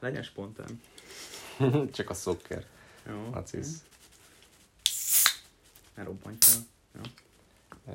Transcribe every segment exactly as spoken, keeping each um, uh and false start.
Legyen spontán. Csak a szokker. Jó. Nacisz. Ne robbanj fel. Jó. Ja.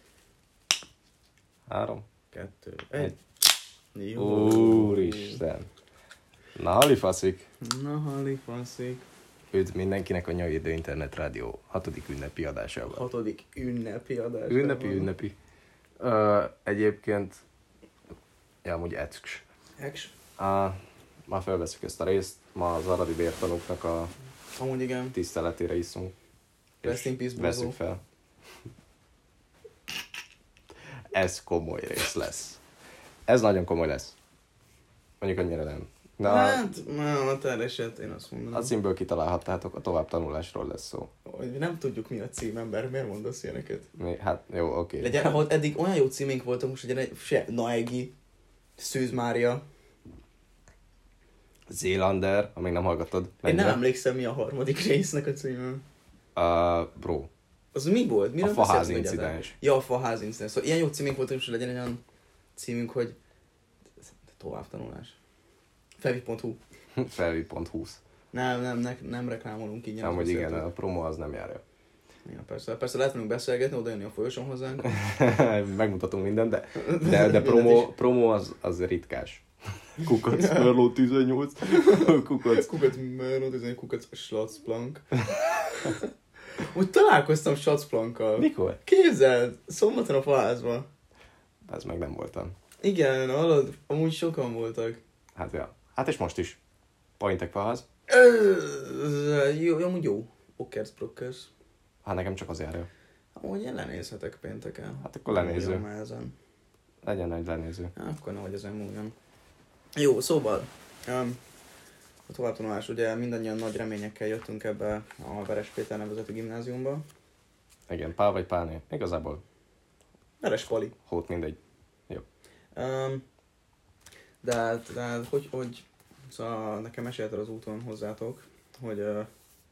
Három. Kettő. Egy. Egy. Jó. Úristen. Na, halifaszik. Na, halifaszik. Üdv mindenkinek a Nyai Idő Internet Rádió hatodik ünnepi adásával. Hatodik ünnepi adás. Ünnepi, ünnepi. Uh, egyébként, ja, amúgy ecs. Ex. Uh, ma felveszük ezt a részt, ma az aradi vértanúknak a Amúgy igen. tiszteletére iszunk. Rest in peace, veszük Bozó. fel. Ez komoly rész lesz. Ez nagyon komoly lesz. Mondjuk annyira nem. Na, Hát, nem, a eset, én azt mondom. a címből kitalálhattátok, a tovább tanulásról lesz szó. Hogy nem tudjuk, mi a cím, ember, miért mondasz ilyeneket? Mi, hát jó, oké. Legyen, ahol eddig olyan jó címünk voltak, most legyen egy se, Naegi, Szűz Mária. Zélander, amíg nem hallgatod. Én mennyire. nem emlékszem, mi a harmadik résznek a címe. Uh, bro, Az mi volt? Miről a faház beszéltünk egyáltalán? incidens. Ja, a faház incidens. Szóval ilyen jó címünk voltak, most legyen egy olyan címünk, hogy továbbtanulás. fevi pont hu. felvi pont húsz. Nem, nem, ne, nem reklámolunk ingyen. Nem, hogy igen, a promo az nem járja. Ja, persze, persze lehet velünk beszélgetni, oda jönni a folyosón hozzánk. Megmutatunk mindent, de, de, de promo, promo az, az ritkás. Kukac Merló tizennyolc. Kukac. Kukac Merló tizennyolc, kukac Schlatzplank. Úgy találkoztam Schlatzplankkal. Mikor? Képzeld, szombaton a faházban. Ez meg nem voltam. Igen, hallod, amúgy sokan voltak. Hát ja. Hát és most is. Pointek faház. Ö, Jó, jó, amúgy jó. Okers, brokkers. Hát nekem csak az járja. Amúgy én lenézhetek pénteken. Hát akkor lenéző. Múljon már ezen. Legyen egy lenéző. Hát, akkor nehogy ezen múljon. Jó, szóval. Um, a továbbtanulás, ugye mindannyian nagy reményekkel jöttünk ebbe a Veres Péter nevezetű gimnáziumba. Igen, Pál vagy Pálné. Igazából Veres Pali. hót mindegy. Um, de hát, de hát hogy, hogy szóval nekem mesélted az úton hozzátok, hogy uh,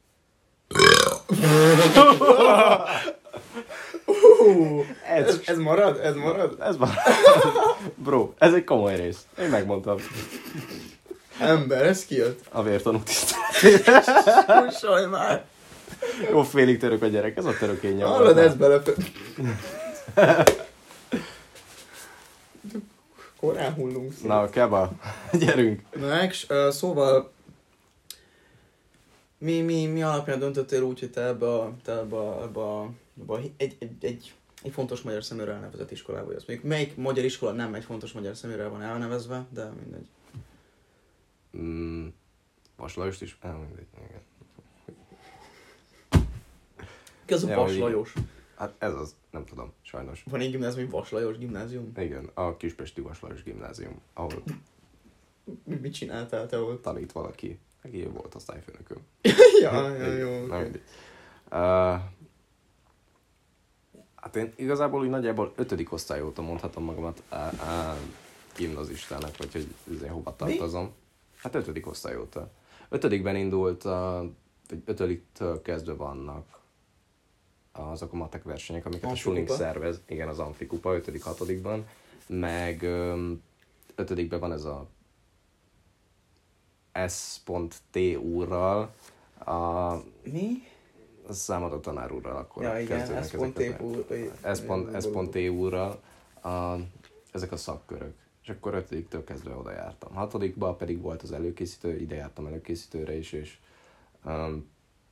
uh, Ez, ez, ez marad? Ez marad? ez van. Bro, ez egy komoly rész. Én megmondtam. Ember, ez kijött. A vértanú tiszteletére. Kussolj már! Jó, félig török a gyerek. Ez a törökény nyelv. Hallod, ez belefe... Korán hullunk szét. Na, keba. Gyerünk. Next, uh, szóval mi, mi, mi alapján döntöttél úgy, hogy te ebbe a, te ebbe a, ebbe a, ebbe a egy, egy, egy, egy fontos magyar szeműrrel elnevezett iskolába jössz. Még melyik magyar iskola nem egy fontos magyar szeműrrel van elnevezve, de mindegy. Mm, Vas Lajost is? Nem, mindegy. Igen. Ki az a Ja, Vas hogy- Lajos? Hát ez az, nem tudom, sajnos. Van egy gimnázium, hogy Vas Lajos gimnázium? Igen, a Kispesti Vas Lajos gimnázium, ahol Mi- Mit csináltál te ott? tanít valaki, aki volt osztályfőnököm. ja, ja, jó, Na oké. mindegy. Uh, hát én igazából úgy nagyjából ötödik osztály óta mondhatom magamat á, á, gimnazistának, vagy hogy azért hova tartozom. Hát ötödik osztály óta. Ötödikben indult, a, vagy ötödiktől kezdve vannak azok a matek versenyek, amiket a Amfikupa. Sulink szervez. Igen, az Amfikupa, ötödik, hatodikban. Meg öm, ötödikben van ez a S.T úrral, a Mi? a számadó tanár úrral akkor Ja, igen, kezdődnek S.T. ezek a- úr- S. S.T. úrral a, ezek a szakkörök. És akkor ötödiktől kezdve oda jártam. Hatodikban pedig volt az előkészítő, ide jártam előkészítőre is, és um,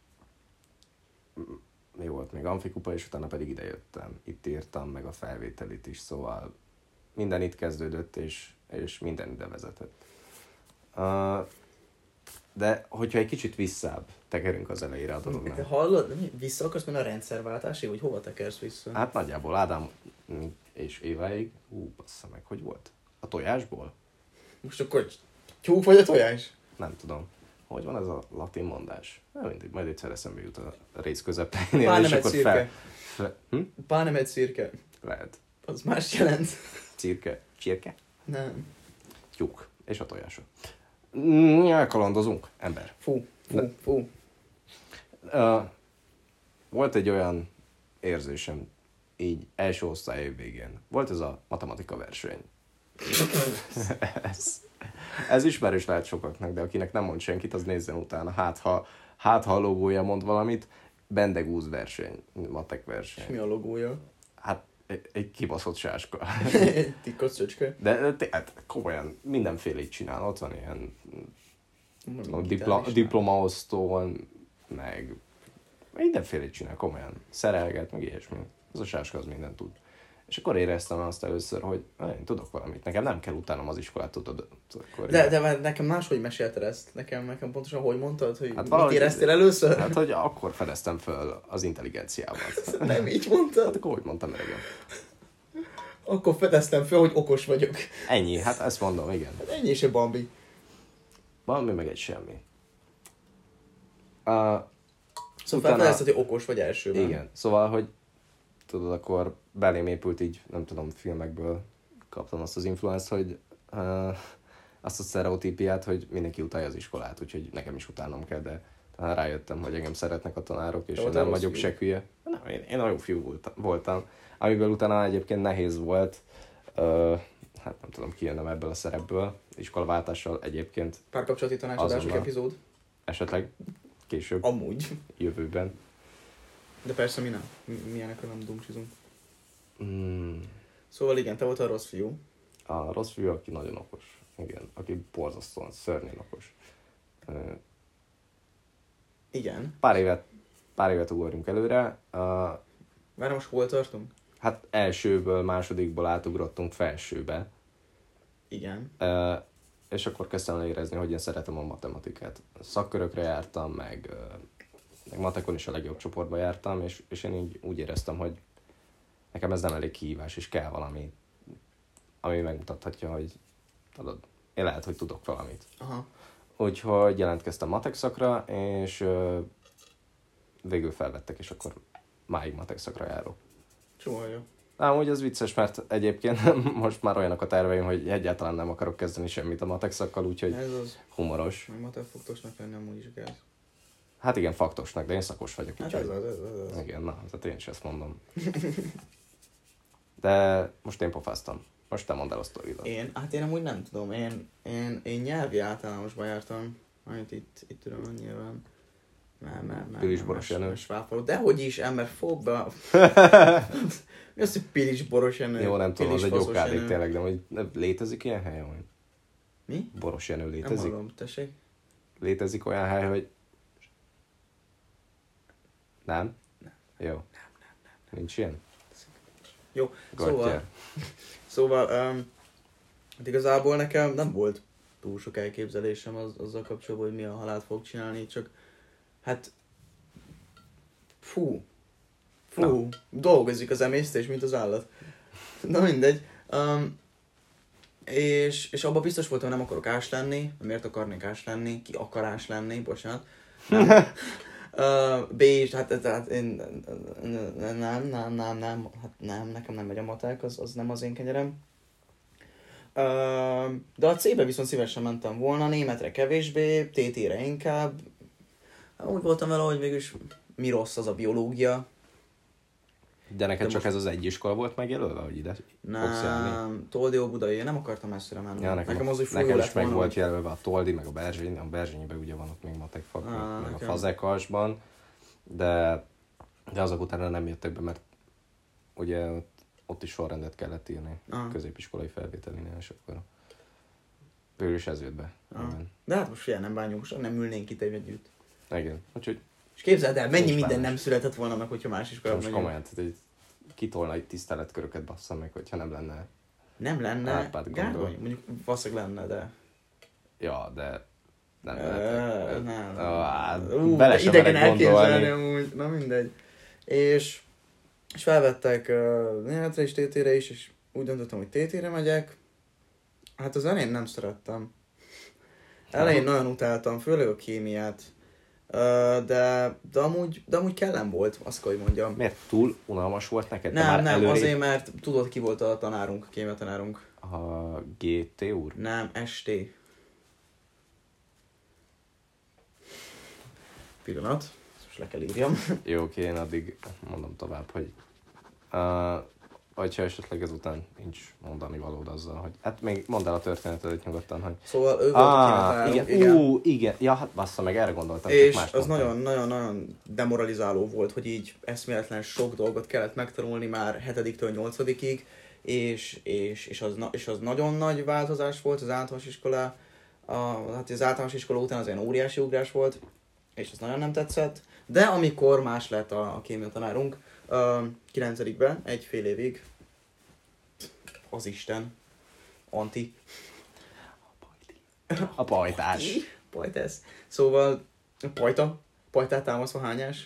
mi volt még Amfikupa, és utána pedig ide jöttem. Itt írtam meg a felvételit is, szóval minden itt kezdődött, és, és minden ide vezetett. Uh, de hogyha egy kicsit visszább tekerünk az elejére a Te dolognak. hallod? Mi? Vissza akarsz menni a rendszerváltásig, vagy hova tekersz vissza? Hát nagyjából Ádám és Éváig, hú, bassza meg, hogy volt? A tojásból? Most akkor tyúk vagy a tojás? Nem tudom. Hogy van ez a latin mondás? Nem mindig, majd egyszer eszembe jut a rész közepénél, Pár és nem egy akkor szirke. fel... fel hm? Pár nem egy szirke. Lehet. Az más jelent. Cirke. Csirke? Nem. Tyúk. És a tojások. Mm, elkalandozunk, ember. Fú, fú, fú. Uh, volt egy olyan érzésem, így első osztály év végén. Volt ez a matematika verseny. ez, Ez ismerős lehet sokaknak, de akinek nem mond senkit, az nézzen utána. Hát ha, hát, ha a logója mond valamit, bendegúz verseny, matek verseny. És mi a logója? Hát egy, egy kibaszott sáska. Tikkos csöcske. De, de hát komolyan mindenfélét csinál. Ott van ilyen Mondom, dipla, gitáris. diplomaosztón, meg mindenfélét csinál, komolyan. Szerelget, meg ilyesmi. Az a sáska az mindent tud. És akkor éreztem azt először, hogy én tudok valamit. Nekem nem kell utánom az iskolát, tudod. Akkor De, de már nekem máshogy mesélted ezt. Nekem, nekem pontosan hogy mondtad, hogy Hát mit valahogy- éreztél először? Hát, hogy akkor fedeztem föl az intelligenciámat. Nem így mondtad? Hát akkor hogy mondtam öregem? Akkor fedeztem fel, hogy okos vagyok. Ennyi, hát ezt mondom, igen. Hát ennyi is a Bambi. Valami meg egy semmi. Uh, Szóval Utána- felfedezted, hogy okos vagy elsőben. igen, szóval, hogy tudod, akkor belém épült így, nem tudom, filmekből kaptam azt az influence, hogy uh, azt a sztereotípiát, hogy mindenki utálja az iskolát, úgyhogy nekem is utálnom kell, de talán rájöttem, hogy engem szeretnek a tanárok, és Te én voltál nem rossz vagyok fiú? se hülye. Nem, én, én nagyon fiú volt- voltam, amiből utána egyébként nehéz volt, uh, hát nem tudom, kijönnöm ebből a szerepből, iskolaváltással egyébként Párkapcsolati tanácsadások Azonnal. epizód. esetleg később, Amúgy. jövőben. De persze mi nem. Mi, milyenekről nem dumcsizunk. Mm, Szóval igen, te voltál a rossz fiú. a rossz fiú, aki nagyon okos. Igen, aki borzasztóan, szörnyen okos. Ö, Igen. Pár évet, pár évet ugorjunk előre. Uh, Várj, most hol tartunk? hát elsőből, másodikból átugrottunk felsőbe. Igen. Uh, és akkor kezdtem el érezni, hogy én szeretem a matematikát. Szakkörökre jártam, meg, uh, meg matekon is a legjobb csoportba jártam, és, és én így úgy éreztem, hogy nekem ez nem elég kihívás, és kell valami, ami megmutathatja, hogy tudod, én lehet, hogy tudok valamit. Aha. Úgyhogy jelentkeztem matek szakra, és ö, végül felvettek, és akkor máig matek szakra járok. Csomó jó. Ám úgy az vicces, mert egyébként most már olyanok a terveim, hogy egyáltalán nem akarok kezdeni semmit a matek szakkal, úgyhogy Ez az. humoros. Meg matek foktosnak lenni amúgy is kell. Hát igen, faktosnak, de én szakos vagyok, Hát úgyhogy... ez az, ez az, ez az. Igen, na, tehát én is ezt mondom. De most én pofáztam. Most te mondd el a sztoridat. Én, hát én amúgy nem tudom, én, én, én nyelvi általánosban jártam, amit itt, itt tudom, nyilván. Nem, nem, nem. Pilis nem, Boros nem, Jenő. nem, Sváfoló. Dehogy is, ember, fog be. Mi az, hogy Pilis Boros Jenő? Jó, nem tudom, az Pilis egy Faszos okádék Jenő? tényleg, de hogy létezik ilyen hely, hogy Mi? Boros Jenő Nem létezik? hallom, tessék. Létezik olyan hely, hogy... Nem? Nem. Jó. Nincs ilyen? Jó, Gottyár. szóval, szóval um, hát igazából nekem nem volt túl sok elképzelésem az, azzal kapcsolatban, hogy mi a halált fog csinálni, csak hát fú, fú, dolgozik az emésztés, mint az állat. Na mindegy. Um, és, és abban biztos voltam, hogy nem akarok ás lenni. Miért akarnék ás lenni? Ki akar ás lenni? Bocsánat. Nem. Uh, B is, hát, hát én nem, nem, nem, nem, hát nem, nekem nem megy a matek, az, az nem az én kenyerem. Uh, de a C-be viszont szívesen mentem volna, németre kevésbé, té té-re inkább. Úgy voltam vele, hogy mégis mi rossz az a biológia. De neked De csak most- ez az egy iskola volt megjelölve, hogy ide fogsz járni? Nem, Toldió Budai, én nem akartam messzire menni. Ja, nekem, nekem az, hogy fújó nekem lett is meg volna, volt hogy- jelölve a Toldi, meg a Berzsény, a Berzsényben ugye vannak még matek fak, Á, meg, meg a nekem. Fazekasban, de, de azok utána nem jöttek be, mert ugye ott, ott is sorrendet kellett írni, Aha. középiskolai felvételinél, és akkor végül is ez jött be. Aha. Igen. De hát most figyelj, nem bánjunk, most nem ülnénk itt együtt. Igen. Úgyhogy És képzeld el, mennyi Nincs minden bánás. nem született volna meg, hogyha más iskolában most megyünk. komolyan, tehát egy kitolna egy tiszteletköröket bassza meg, hogyha nem lenne. Nem lenne, Árpád gondol. Gárdony, mondjuk valószínűleg lenne, de... Ja, de nem Ö, lehetek. nem. Hát, Ú, bele de sem idegen merek elképzelni gondolni. amúgy, na mindegy. És, és felvettek uh, németre és té té-re is, és úgy döntöttem, hogy té té-re megyek. Hát az elején nem szerettem. Elején nagyon utáltam, főleg a kémiát. Uh, de, de, amúgy, de amúgy kellem volt, azt kell, hogy mondjam. Miért túl unalmas volt neked? Te Nem, már nem, előrébb- azért, mert tudod, ki volt a tanárunk, a kémia tanárunk. A gé té úr? Nem, es té. Pillanat, ezt most le kell írjam. Jó, oké, én addig mondom tovább, hogy uh, vagy ha esetleg ezután nincs mondani valód azzal, hogy hát még mondd el a történetet nyugodtan, hogy... Szóval ő volt ah, a igen. igen. Ú, igen. Ja, hát bassza meg, erre gondoltam. És az nagyon-nagyon-nagyon demoralizáló volt, hogy így eszméletlen sok dolgot kellett megtanulni már hetediktől nyolcadikig, és, és, és, az, és az nagyon nagy változás volt az általános iskola. A, hát az általános iskola után az olyan óriási ugrás volt, és az nagyon nem tetszett. De amikor más lett a, a kémia tanárunk, kilencedikben, egy fél évig, az Isten, Anti. A pajtás. Pajtesz. Szóval, pajta, pajtát támaszva hányás.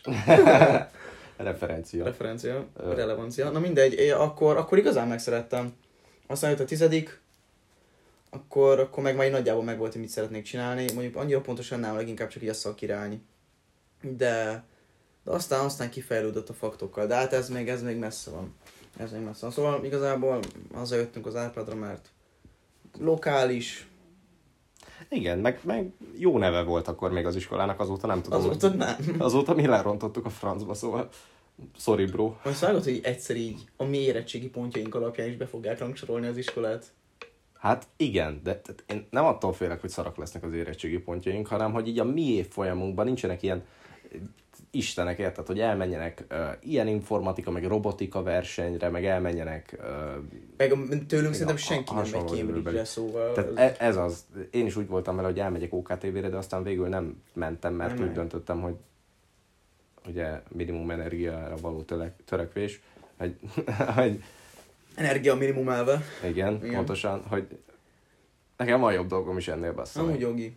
Referencia. Referencia, Ö... relevancia. Na mindegy, én akkor, akkor igazán megszerettem. Aztán jött a tizedik, akkor, akkor meg már nagyjából megvolt, hogy mit szeretnék csinálni. Mondjuk annyira pontosan nem, leginkább csak így a szakirányni. De, de aztán, aztán kifejlődött a faktokkal. De hát ez még, ez még messze van. Ez még messze van. Szóval igazából hazajöttünk az Árpádra, mert lokális. Igen, meg, meg jó neve volt akkor még az iskolának, azóta nem tudom. Azóta nem. Azóta mi lerontottuk a francba, szóval sorry bro. Most vágod, hogy egyszer így a mi érettségi pontjaink alapján is be fogják rangsorolni az iskolát? Hát igen, de én nem attól félek, hogy szarak lesznek az érettségi pontjaink, hanem hogy így a mi évfolyamunkban nincsenek ilyen istenek, érted, hogy elmenjenek uh, ilyen informatika, meg robotika versenyre, meg elmenjenek... Uh, meg tőlünk szerintem senki nem megy Cambridge-re, szóval... Tehát ez... ez az. Én is úgy voltam vele, hogy elmegyek ó ká té vére, de aztán végül nem mentem, mert nem úgy nem. döntöttem, hogy ugye minimum energiára való törek, törekvés, hogy, hogy... Energia minimum elve. Igen, igen, pontosan, hogy nekem van jobb dolgom is ennél, bassza. Amúgy jogi.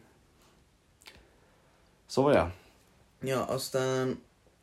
Szóval, ja. Ja, aztán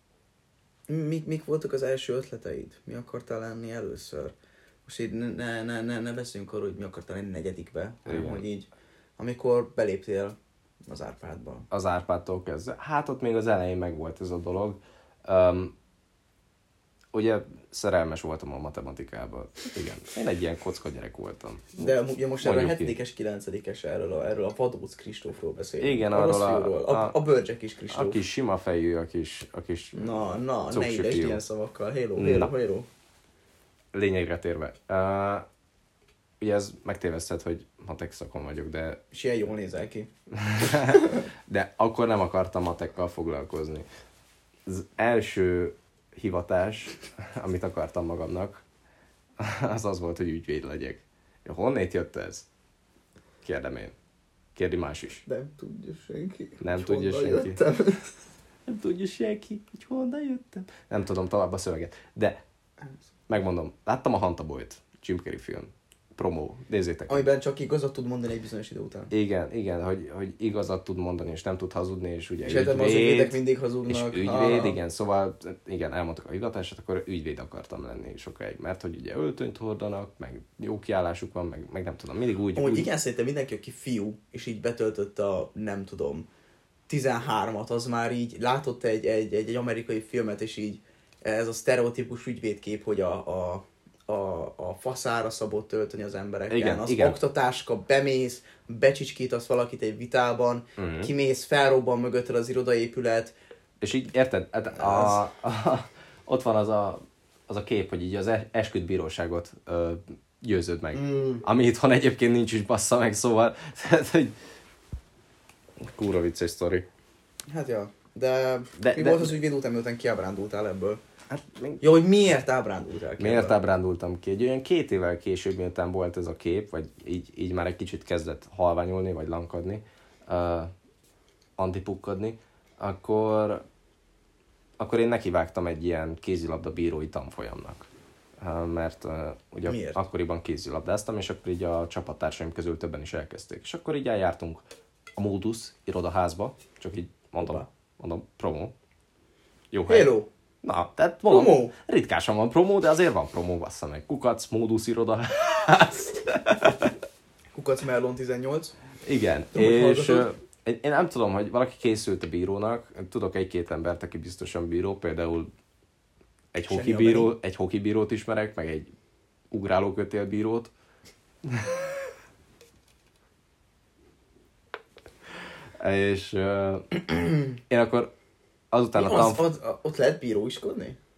mik, mik voltak az első ötleteid? Mi akartál lenni először? Most így ne, ne, ne, ne beszéljünk arról, hogy mi akartál lenni negyedikbe, hanem hogy így, amikor beléptél az Árpádba. Az Árpádtól kezdve. Hát ott még az elején meg volt ez a dolog. Um, ugye szerelmes voltam a matematikában. Igen, én egy ilyen kocka gyerek voltam. De ugye most erről a hetedikes, kilencedikes erről a, erről a Vadóc Kristófról beszélünk. Igen, arról a, a, a, a Bölcsek is Kristóf. A kis sima fejű, a kis, a kis Na, na, ne édesd ilyen szavakkal. Hello, hello, hello. Lényegre térve. Uh, ugye ez megtévesztett, hogy matek szakon vagyok, de... És ilyen jól nézel ki. De akkor nem akartam matekkal foglalkozni. Az első hivatás, amit akartam magamnak, az az volt, hogy ügyvéd legyek. Honnét jött ez? Kérdem én. Kérdi más is. Nem tudja senki. Nem tudja senki. Jöttem. Nem tudja senki, hogy honnan jöttem. Nem tudom tovább a szöveget. De megmondom, láttam a Hantaboyt, Jim Carrey film. Promó, nézzétek. Amiben csak igazat tud mondani egy bizonyos idő után. Igen, igen, hogy, hogy igazat tud mondani, és nem tud hazudni, és ugye és ügyvéd. És ügyvédek mindig hazudnak. És ügyvéd, ah. igen, szóval igen, elmondtak a hivatását, akkor ügyvéd akartam lenni sokáig, mert hogy ugye öltönyt hordanak, meg jó kiállásuk van, meg, meg nem tudom, mindig úgy... Amúgy úgy... igen, szerintem mindenki, aki fiú, és így betöltött a, nem tudom, tizenhármat, az már így látott egy, egy, egy, egy amerikai filmet, és így ez a sztereotípus ügyvédkép, hogy a, a A, a faszára szabott tölteni az emberekkel. Igen, az igen. oktatáska, bemész, becsicskítasz valakit egy vitában, uh-huh. kimész, felrobban mögötted az irodaépület. És így érted? Hát a, a, a, ott van az a, az a kép, hogy így az esküdt bíróságot ö, győződ meg. Mm. Ami itthon egyébként nincs is, bassza meg, szóval tehát, hogy kúra vicces sztori. Hát ja, de, de mi de, volt az ügyvéd után, miután kiábrándultál ebből? Hát, jó, hogy miért ábrándultál ki? Miért ebből? ábrándultam ki? Egy olyan két évvel később, miután volt ez a kép, vagy így, így már egy kicsit kezdett halványulni, vagy lankadni, uh, antipukkadni, akkor, akkor én nekivágtam egy ilyen kézilabda bírói tanfolyamnak. Uh, mert uh, ugye miért? akkoriban kézilabdáztam, és akkor így a csapattársaim közül többen is elkezdték. És akkor így eljártunk a Módusz irodaházba, csak így mondom, Opa. mondom, promó. Jó hely. Hello. Na, tehát mondom, promó. Ritkásan van promó, de azért van promó, bassza meg. Kukac, Módusz irodaház. Kukac Merlon tizennyolc. Igen, tudom, és uh, én, én nem tudom, hogy valaki készült a bírónak, tudok egy-két embert, aki biztosan bíró, például egy hokibíró, egy hokibírót ismerek, meg egy ugrálókötélbírót. És uh, én akkor azután Mi, a tanf... az, az, ott lehet bíróiskodni?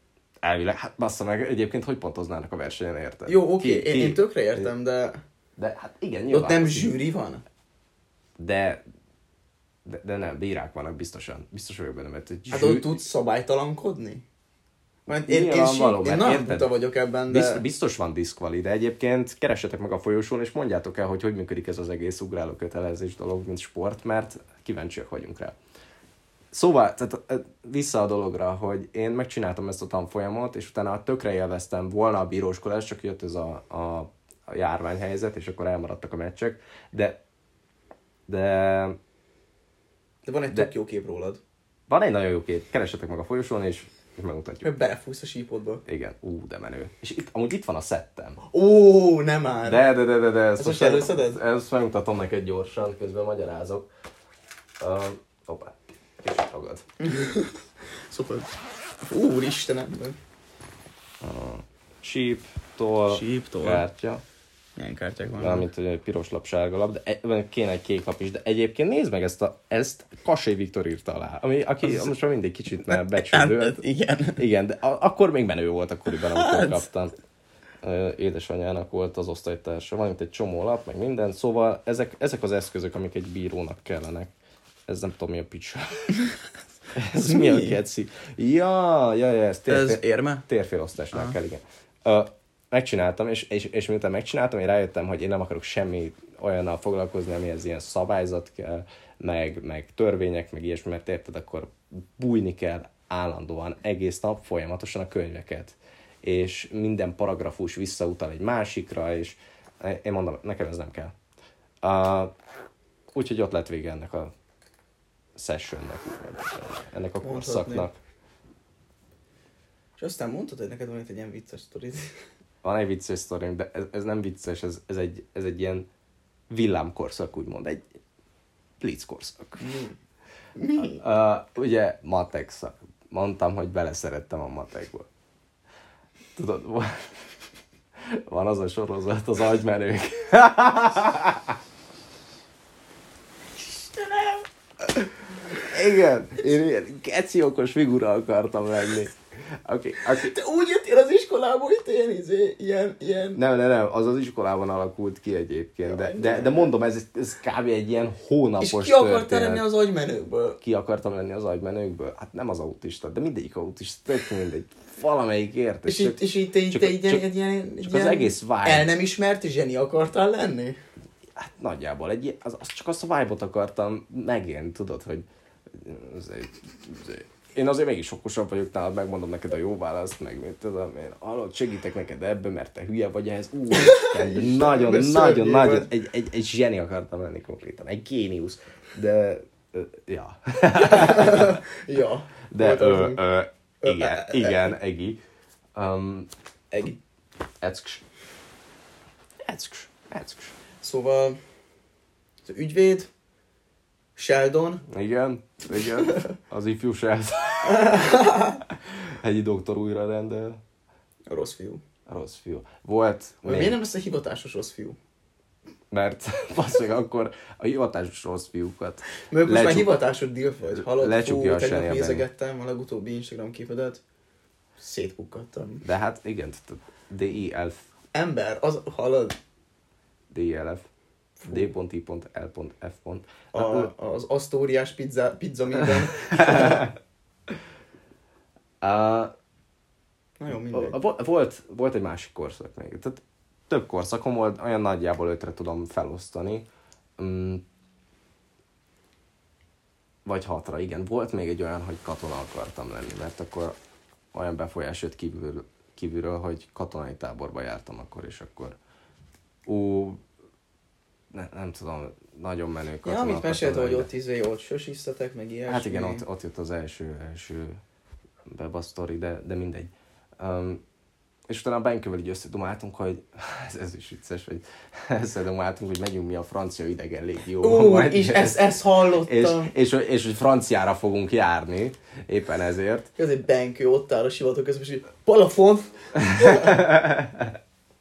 Elvileg, hát bassza meg, egyébként hogy pontoznának a versenyen, érted? Jó, oké, okay. én, én tökre értem, de... De hát igen, nyilván. Ott nem zsűri van? De, de, de nem, bírák vannak biztosan. Biztos vagyok benne, mert... Hát zsűri... ott tudsz szabálytalankodni? Mert én, én, én, való, én nagyon buta vagyok ebben, de... Biztos, biztos van diszkvali, de egyébként keressetek meg a folyosón, és mondjátok el, hogy hogy működik ez az egész ugráló kötelezés dolog, mint sport, mert kíváncsiak vagyunk rá. Szóval, tehát vissza a dologra, hogy én megcsináltam ezt a tanfolyamot, és utána tökre élveztem volna a bíróskodás, csak jött ez a, a, a járványhelyzet, és akkor elmaradtak a meccsek, de... De, de van egy de, tök jó kép rólad. Van egy nagyon jó kép, keressetek meg a folyosón, és, és megmutatjuk. Mert belefújsz a sípodba. Igen, ú, de menő. És itt, amúgy itt van a szettem. Ó, nem már. De, de, de, de, de. Ez most előszeded? Ezt megmutatom neked gyorsan, közben magyarázok. Uh, hoppá. Kicsit ragad. Szuper. Úristenem. Uh, síp, toll, síp, toll, kártya. Milyen kártyák vannak? Valamint egy piros lap, sárga lap, de egy, kéne egy kék lap is. De egyébként nézd meg ezt, a, ezt Kassai Viktor írta alá. Ami, aki az... most már mindig kicsit már becsődő. Igen. Igen, de a, akkor még menő volt akkoriban, amikor hát. kaptam. Édesanyjának volt az osztálytársa, valamint egy csomó lap, meg minden. Szóval ezek, ezek az eszközök, amik egy bírónak kellenek. Ez nem tudom mi a picsa. Ez mi a keci? Ja, ja, ja, ez, térfél, ez érme? Térfélosztásnál kell, igen. Uh, megcsináltam, és, és, és miután megcsináltam, én rájöttem, hogy én nem akarok semmi olyannal foglalkozni, amihez ilyen szabályzat kell, meg, meg törvények, meg ilyesmi, mert érted, akkor bújni kell állandóan, egész nap folyamatosan a könyveket. És minden paragrafus visszautal egy másikra, és én mondom, nekem ez nem kell. Uh, úgyhogy ott lett vége ennek a sessionnek, ennek a korszaknak. És aztán mondtad, hogy neked van itt egy ilyen vicces sztorid. Van egy vicces sztorim, de ez, ez nem vicces, ez, ez, egy, ez egy ilyen villámkorszak, úgymond, egy lickorszak. Mi? Mi? Uh, ugye matek szak. Mondtam, hogy beleszerettem a matekba. Tudod, van az a sorozat, az agymenők. Istenem! Igen, én ilyen keci okos figura akartam lenni. Okay, okay. Te úgy jöttél az iskolából, hogy ilyen, izé, ilyen, ilyen... Nem, nem, nem, az az iskolában alakult ki egyébként, de, de, de mondom, ez, ez kb. Egy ilyen hónapos történet. És ki akartál lenni az agymenőkből? Ki akartam lenni az agymenőkből? Hát nem az autista, de mindegyik autista, tök mindegy. Valamelyik érted. És, itt, és itt te, te egy ilyen, egy ilyen, csak ilyen az egész vibe. El nem ismert zseni akartál lenni? Hát nagyjából, egy, az, az csak azt a vibe-ot akartam megélni, tudod, hogy azért, azért. Én azért mégis okosabb vagyok nálad, megmondom neked a jó választ, meg mit tudom én, hallod, segítek neked ebben, mert te hülye vagy ehhez. Ú, nagyon, nagyon, nagyon, egy, egy, egy zseni akartam lenni konkrétan, egy géniusz, de, ö, ja. ja. De, ö, ö, igen, igen, Egi. Um, Egi. Eckks. Eckks. Eckks. Szóval, az ügyvéd, Sheldon. Igen, igen, az ifjú Sheldon. Hegyi doktor újra rendel. A rossz fiú. A rossz fiú. Volt... Még... Miért nem lesz a hivatásos rossz fiú? Mert valószínűleg akkor a hivatásos rossz fiúkat... Mert most már hivatásod dílt vagy. Hallod, lecsukja fú, tegnap nézegettem a legutóbbi Instagram képedet. Szétpukkadtam. De hát igen, D I L F. Ember, az, hallod? D I L F. D I L F. A, az asztóriás pizza, pizza minden. uh, Na jó, mindegy. Volt, volt egy másik korszak még. Tehát több korszakom volt, olyan nagyjából ötre tudom felosztani. Um, vagy hatra, igen. Volt még egy olyan, hogy katona akartam lenni, mert akkor olyan befolyás jött kívül, kívülről, hogy katonai táborba jártam akkor, és akkor ú, ne, nem tudom, nagyon menő katona. Ja, amit meséltem, hogy ott izé, ott sösisztetek, meg ilyesmi. Hát igen, ott, ott jött az első, első bebasztori, de, de mindegy. Um, és utána a Benkövel így összedomáltunk, hogy ez, ez is vicces, hogy összedomáltunk, hogy megyünk mi a francia idegen légióba. Ó, és ezt, ezt hallottam. És, és, és hogy franciára fogunk járni, éppen ezért. Ez egy Benkő ott áll a sivatag közben, és így Palafon!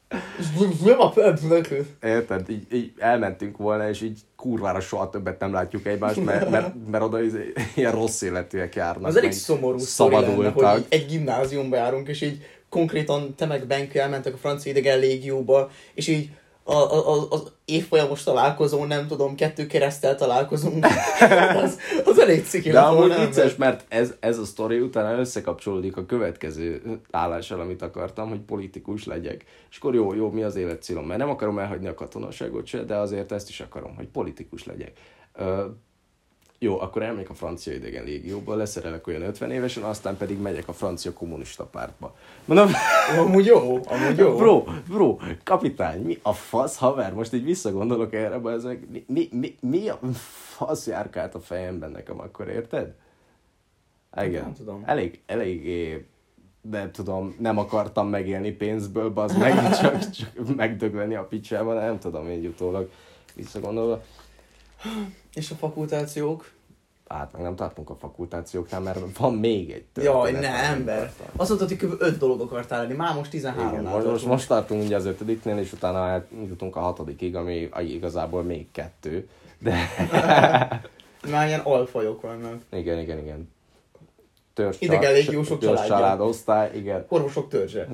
Nem a földnek. Érted? Így, így elmentünk volna, és így kurvára soha többet nem látjuk egymást, mert, mert, mert oda izé, ilyen rossz életűek járnak. Az elég szomorú sztori lenne, hogy így egy gimnáziumba járunk, és így konkrétan te meg Benke elmentek a francia idegen légióba, és így a, a, az évfolyamos találkozó, nem tudom, kettő kereszttel találkozunk. az, az elég ciki. De amúgy vicces, mert ez, ez a sztori utána összekapcsolódik a következő állással, amit akartam, hogy politikus legyek. És akkor jó, jó, mi az életcélom? Mert nem akarom elhagyni a katonaságot se, de azért ezt is akarom, hogy politikus legyek. Uh, jó, akkor elmegyek a francia idegen légióba, leszerelek olyan ötven évesen, aztán pedig megyek a francia kommunista pártba. Mondom, amúgy jó, amúgy jó. Bro, bro, kapitány, mi a fasz, haver, most így visszagondolok erre, ez meg, mi, mi, mi, mi a fasz járkált a fejemben nekem akkor, érted? Igen, nem tudom. elég, elég, de tudom, nem akartam megélni pénzből, bazd meg, csak, csak megdögleni a picsába, nem tudom, így utólag visszagondolva. És a fakultációk? Hát meg nem tartunk a fakultációknál, mert van még egy történet. Jaj, ne, ember. Azt mondtad, hogy kb. öt dolog akartál lenni, már most tizenhárom. Igen, most, most, most tartunk ugye az ötödiknél, és utána jutunk a hatodikig, ami igazából még kettő. De... már ilyen alfajok vannak. Igen, igen, igen. Törzs, idegen légiósok családja. Család, osztály, igen. Orvosok törzse.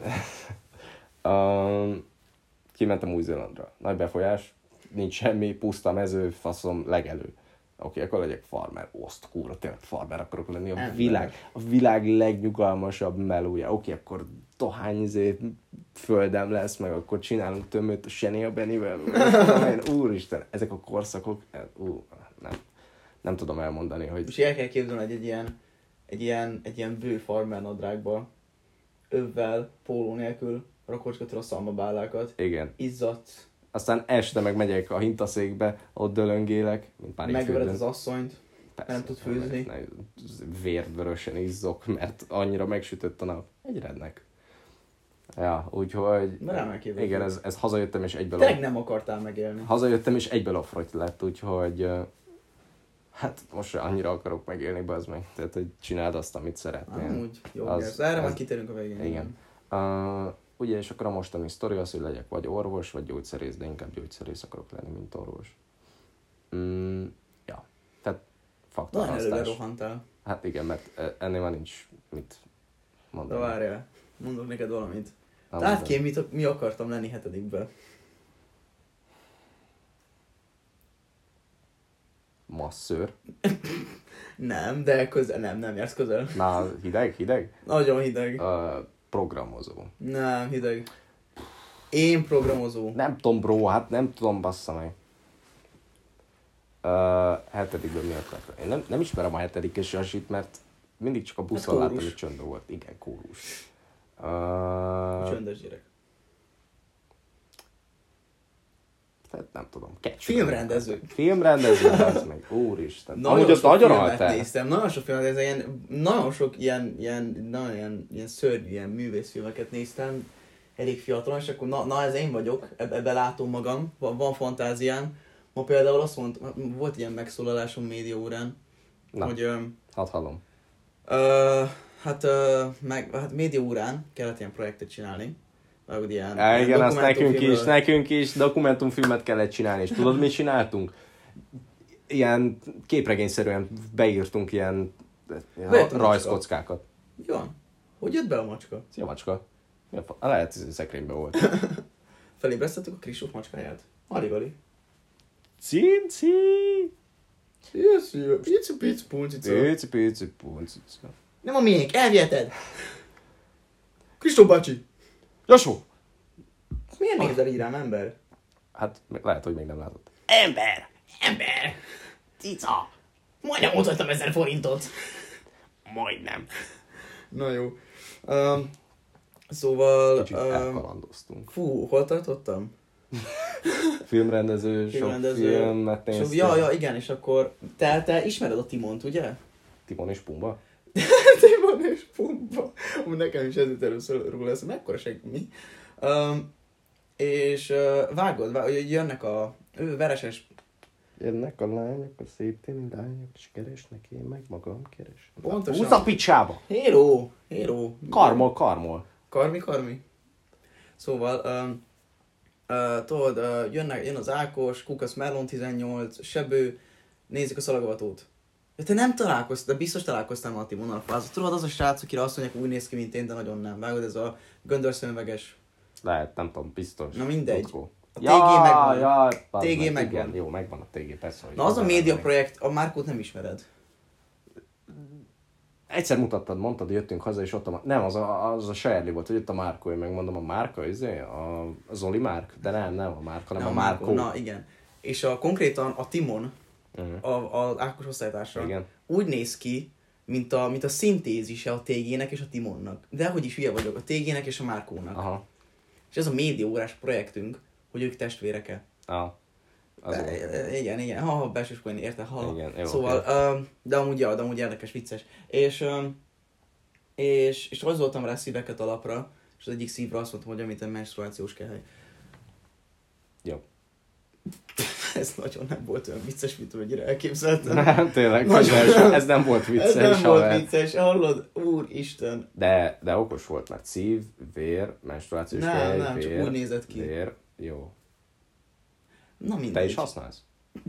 um, kimentem Új-Zélandra. Nagy befolyás, nincs semmi, puszta mező, faszom, legelő. Oké, okay, akkor legyek farmer. Oszt, kúra, tényleg farmer akarok lenni. A világ, a világ legnyugalmasabb melója. Oké, okay, akkor dohány izé, földem lesz, meg akkor csinálunk tömöt a Seni a Benivel. Úristen, ezek a korszakok, ú, nem, nem tudom elmondani, hogy... És el kell képzelni, hogy egy ilyen, egy ilyen, egy ilyen bő farmer nadrágba, övvel, póló nélkül rakocsgatod a szalmabállákat. Igen. Izzadt. Aztán este meg megyek a hintaszékbe, ott dölöngélek, mint pár megvered az asszonyt, persze, nem tud főzni. Ne, ne, vérvörösen izzok, mert annyira megsütött a nap. Egy rednek. Ja, úgyhogy... Igen, ez, ez hazajöttem és egyből... Tényleg nem akartál megélni. Hazajöttem és egyből offrogy lett, úgyhogy... Hát most annyira akarok megélni, bazd meg. Tehát, hogy csináld azt, amit szeretnél. Amúgy, jó, az, erre majd kitérünk a végén. Igen. Uh, ugye, és akkor a mostani sztori az, hogy legyek vagy orvos, vagy gyógyszerész, de inkább gyógyszerész akarok lenni, mint orvos. Mm, ja, tehát faktorhasztás. Nagyon előre rohantál. Hát igen, mert ennél már nincs mit mondani. De várjál, mondok neked valamit. Tehát ki, mit, mi akartam lenni hetedikben? Masszőr. Nem, de közel, nem, nem jársz közel. Na, hideg, hideg? Nagyon hideg. Uh, programozó. Nem, hideg. Én programozó. Nem tudom, bro, hát nem tudom, bassza meg. Uh, hetedikben mi akartam? Én nem, nem ismerem a hetedikes jasit, mert mindig csak a buszon láttam, hogy csöndben volt. Igen, kórus. Uh, Csöndes gyerek. Tehát nem tudom. Kecső. Filmrendező. Filmrendező, az meg. Úristen. Nagyon Amúgy azt nagyon haltál. Néztem, nagyon sok filmet néztem, ilyen, nagyon sok ilyen, ilyen, nagyon ilyen, ilyen szörnyű, ilyen művészfilmeket néztem, elég fiatalon, és akkor na, na ez én vagyok, ebbe, ebbe látom magam, van, van fantáziám. Ma például azt mondta, volt ilyen megszólalásom média órán, na, hogy... Hát hallom. Uh, hát, uh, meg, hát média órán kellett ilyen projektet csinálni. Ilyen, ja, igen, azt nekünk is, nekünk is dokumentumfilmet kellett csinálni, és tudod, mit csináltunk? Ilyen képregényszerűen beírtunk ilyen rajzkockákat. Jó. Hogy jött be a macska? Szia, macska. Lehet, szekrényben volt. Felébresztettük a Kristóf macskáját. Alig-alig. Cinci! Szia, szia. Pici, pici, puncica. Pici, pici, puncica. Nem a miénk, elviheted! Kristóf bácsi! Jasó! Miért nézel így rám, ember? Hát lehet, hogy még nem látott. Ember! Ember! Cica! Majdnem mutattam ezer forintot! Majdnem. Na jó. Um, szóval... Kicsit um, elkalandoztunk. Fú, hol tartottam? Filmrendező, Filmrendező, sok filmet néztem. So, ja, ja, igen, és akkor te, te ismered a Timont, ugye? Timon és Pumba? Timon és Pumba. Nekem is ez itt először róla lesz, mekkora segít mi. Um, és uh, vágod, vágod, hogy jönnek a ő, vereses... Jönnek a lányok, a szép tini lányok, és keresnek, én meg magam keres. Pontosan. Húzz a picsába! Héló! Héló! Karmol, karmol. Karmi, karmi. Szóval, um, Uh, tudod, uh, jönnek, jön az Ákos, Kukasz Merlon tizennyolc, Sebő, nézik a szalagavatót. De te nem találkoztál, de biztos találkoztál már a Timonnal a fázat. Tudod, az a srác, akire azt mondják, úgy néz ki, mint én, de nagyon nem. Vágod, ez a göndörszemüveges. Lehet, nem tudom, biztos. Na mindegy. Tutkó. A té gé megvan. Ja, té gé meg, megvan. igen, jó, megvan a té gé, persze. Hogy Na az a hozzá média nem projekt, a Márkót nem ismered. Egyszer mutattad, mondtad, hogy jöttünk haza, és ott a... Nem, az a, az a Sherly volt, hogy jött a Márkó, én megmondom, a Márka, izé, a, a Zoli Márk, de nem, nem a Márk, hanem Nem, a Márkó. Na igen. És a, konkrétan a Timon, Uh-huh. a, az Ákos osztálytársa, Igen. úgy néz ki, mint a, mint a szintézise a té gének és a Timonnak. De hogy is hülye vagyok, a té gének és a Márkónak. Aha. És ez a médiaórás projektünk, hogy ők testvéreke. Ah. Az De, volt. igen, igen, ha, ha belsőskolni érte, ha. Igen, jó, Szóval, okay. um, de amúgy, ja, de amúgy érdekes, vicces. És, um, és, és rajzoltam rá szíveket a lapra, és az egyik szívra azt mondtam, hogy amit egy menstruációs kehely. Jó. Ez nagyon nem volt olyan vicces, mint hogy elképzeltem. Nem, tényleg, Nagyon- ez, ez nem volt vicces. Ez nem haver. volt vicces, hallod? Úristen. De, de okos volt, mert szív, vér, menstruációs Nem, kej, nem, csak vér, úgy nézett ki. vér, jó. Na mindegy. Te is használsz?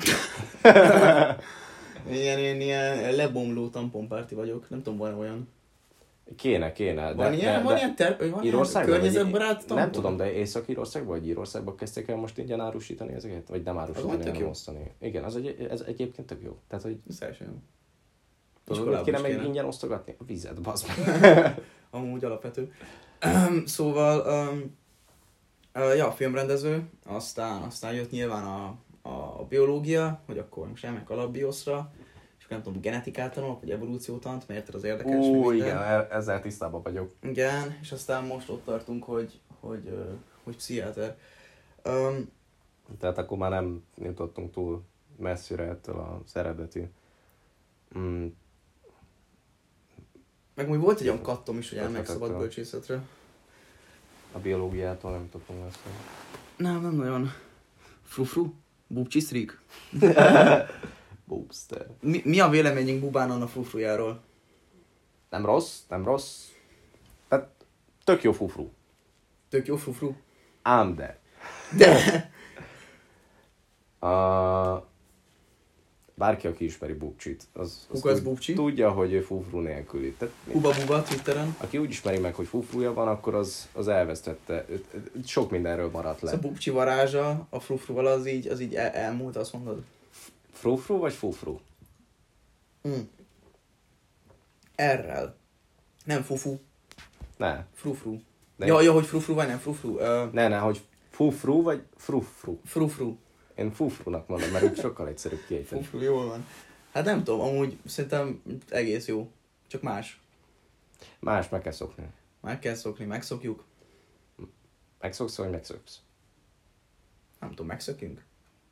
Ilyen, ilyen, ilyen lebomló tamponpárti vagyok, nem tudom, van olyan. Kéne, kéne. De, Van ilyen, de, van de ilyen, ter- van ilyen Írországban? környezetbarát vagy- tampon? Nem tudom, de Észak-Írországban vagy Írországban kezdték el most ingyen árusítani ezeket? Vagy nem Az árusítani, majd tök hanem jó. osztani? Igen, az egy, ez egyébként tök jó. Tehát, hogy Ez teljesen jó. tudod, Iskolában mit kéne is meg kéne. ingyen osztogatni? A vizet, bazd meg. Amúgy alapvető. Szóval, um, uh, ja, a filmrendező, aztán, aztán jött nyilván a, a biológia, hogy akkor most elmegyek alapbioszra, és akkor nem tudom, genetikát tanulok, vagy evolúciótant, mert érted az érdekes. Ó, meg minden. igen, e- ezzel tisztában vagyok. Igen, és aztán most ott tartunk, hogy, hogy, uh, hogy pszichiáter. Um, Tehát akkor már nem jutottunk túl messzire ettől az eredeti. Mm, meg úgy volt egy olyan kattom is, hogy elmegyek Ötletektől. szabad bölcsészetre. a biológiától nem jutottunk messzire. Nem, nem nagyon. Frufru? Bubcsisztrik? Boobster. Mi, mi a véleményünk Bubánon a frufrujáról? Nem rossz, nem rossz. Tehát tök jó fufru. Tök jó frufru. Ám de. De! A... Bárki, aki ismeri Bubcsit, az, az Kukac tud- Bubcsi. tudja, hogy ő fufru nélküli. Tehát, Kuba Buba Twitteren. aki úgy ismeri meg, hogy fufruja van, akkor az, az elvesztette. Ö- ö- Sok mindenről maradt Ez le. a Bubcsi varázsa, a frufruval az így, az így el, elmúlt, azt mondod? Frufru vagy fufru? Mm. Errel. Nem fufu, Ne. frufru. De Ja, ja, hogy frufru vagy nem frufru. Uh, Ne, ne, hogy fufru vagy frufru. frufru. Én fufrunak mondom, mert úgy sokkal egyszerűbb kiejteni. Frufru, jól van. Hát nem tudom, amúgy szerintem egész jó. Csak más. Más meg kell szokni. Meg kell szokni, megszokjuk. Megszoksz, vagy megszoksz? Nem tudom, megszökünk?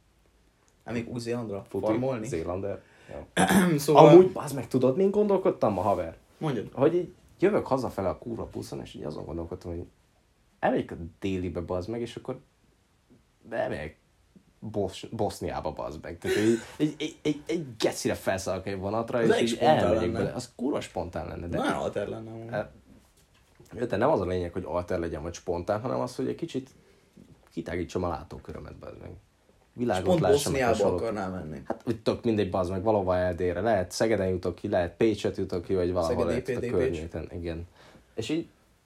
Nem még Új-Zélandra Futi, farmolni? Zélander. Ja. Szóval... Amúgy, bazd meg, tudod, mint gondolkodtam ma, haver? Mondjad. Hogy így jövök hazafele a kurva buszon, és így azon gondolkodtam, hogy elmegyek a délibe, bazd meg, és akkor elmegyek Bos- Boszniába, bazd meg. Tehát egy, egy, egy, egy, egy gecire felszállok egy vonatra, Az elég és így spontán elmegyek lenne. bele. Az kurva spontán lenne, de... Nagyon alter lenne amúgy. Hát, de nem az a lényeg, hogy alter legyen, vagy spontán, hanem az, hogy egy kicsit kitágítsam a látókörömet, bazd meg. És Világot pont lássam, meg Boszniába hasonlók. akarnál menni. Hát, hogy tök mindegy, bazd meg, valahova eldélre. Lehet Szegeden jutok ki, lehet Pécset jutok ki, vagy valahol Szeged, lehet a é pé dé környéken. Igen. És így,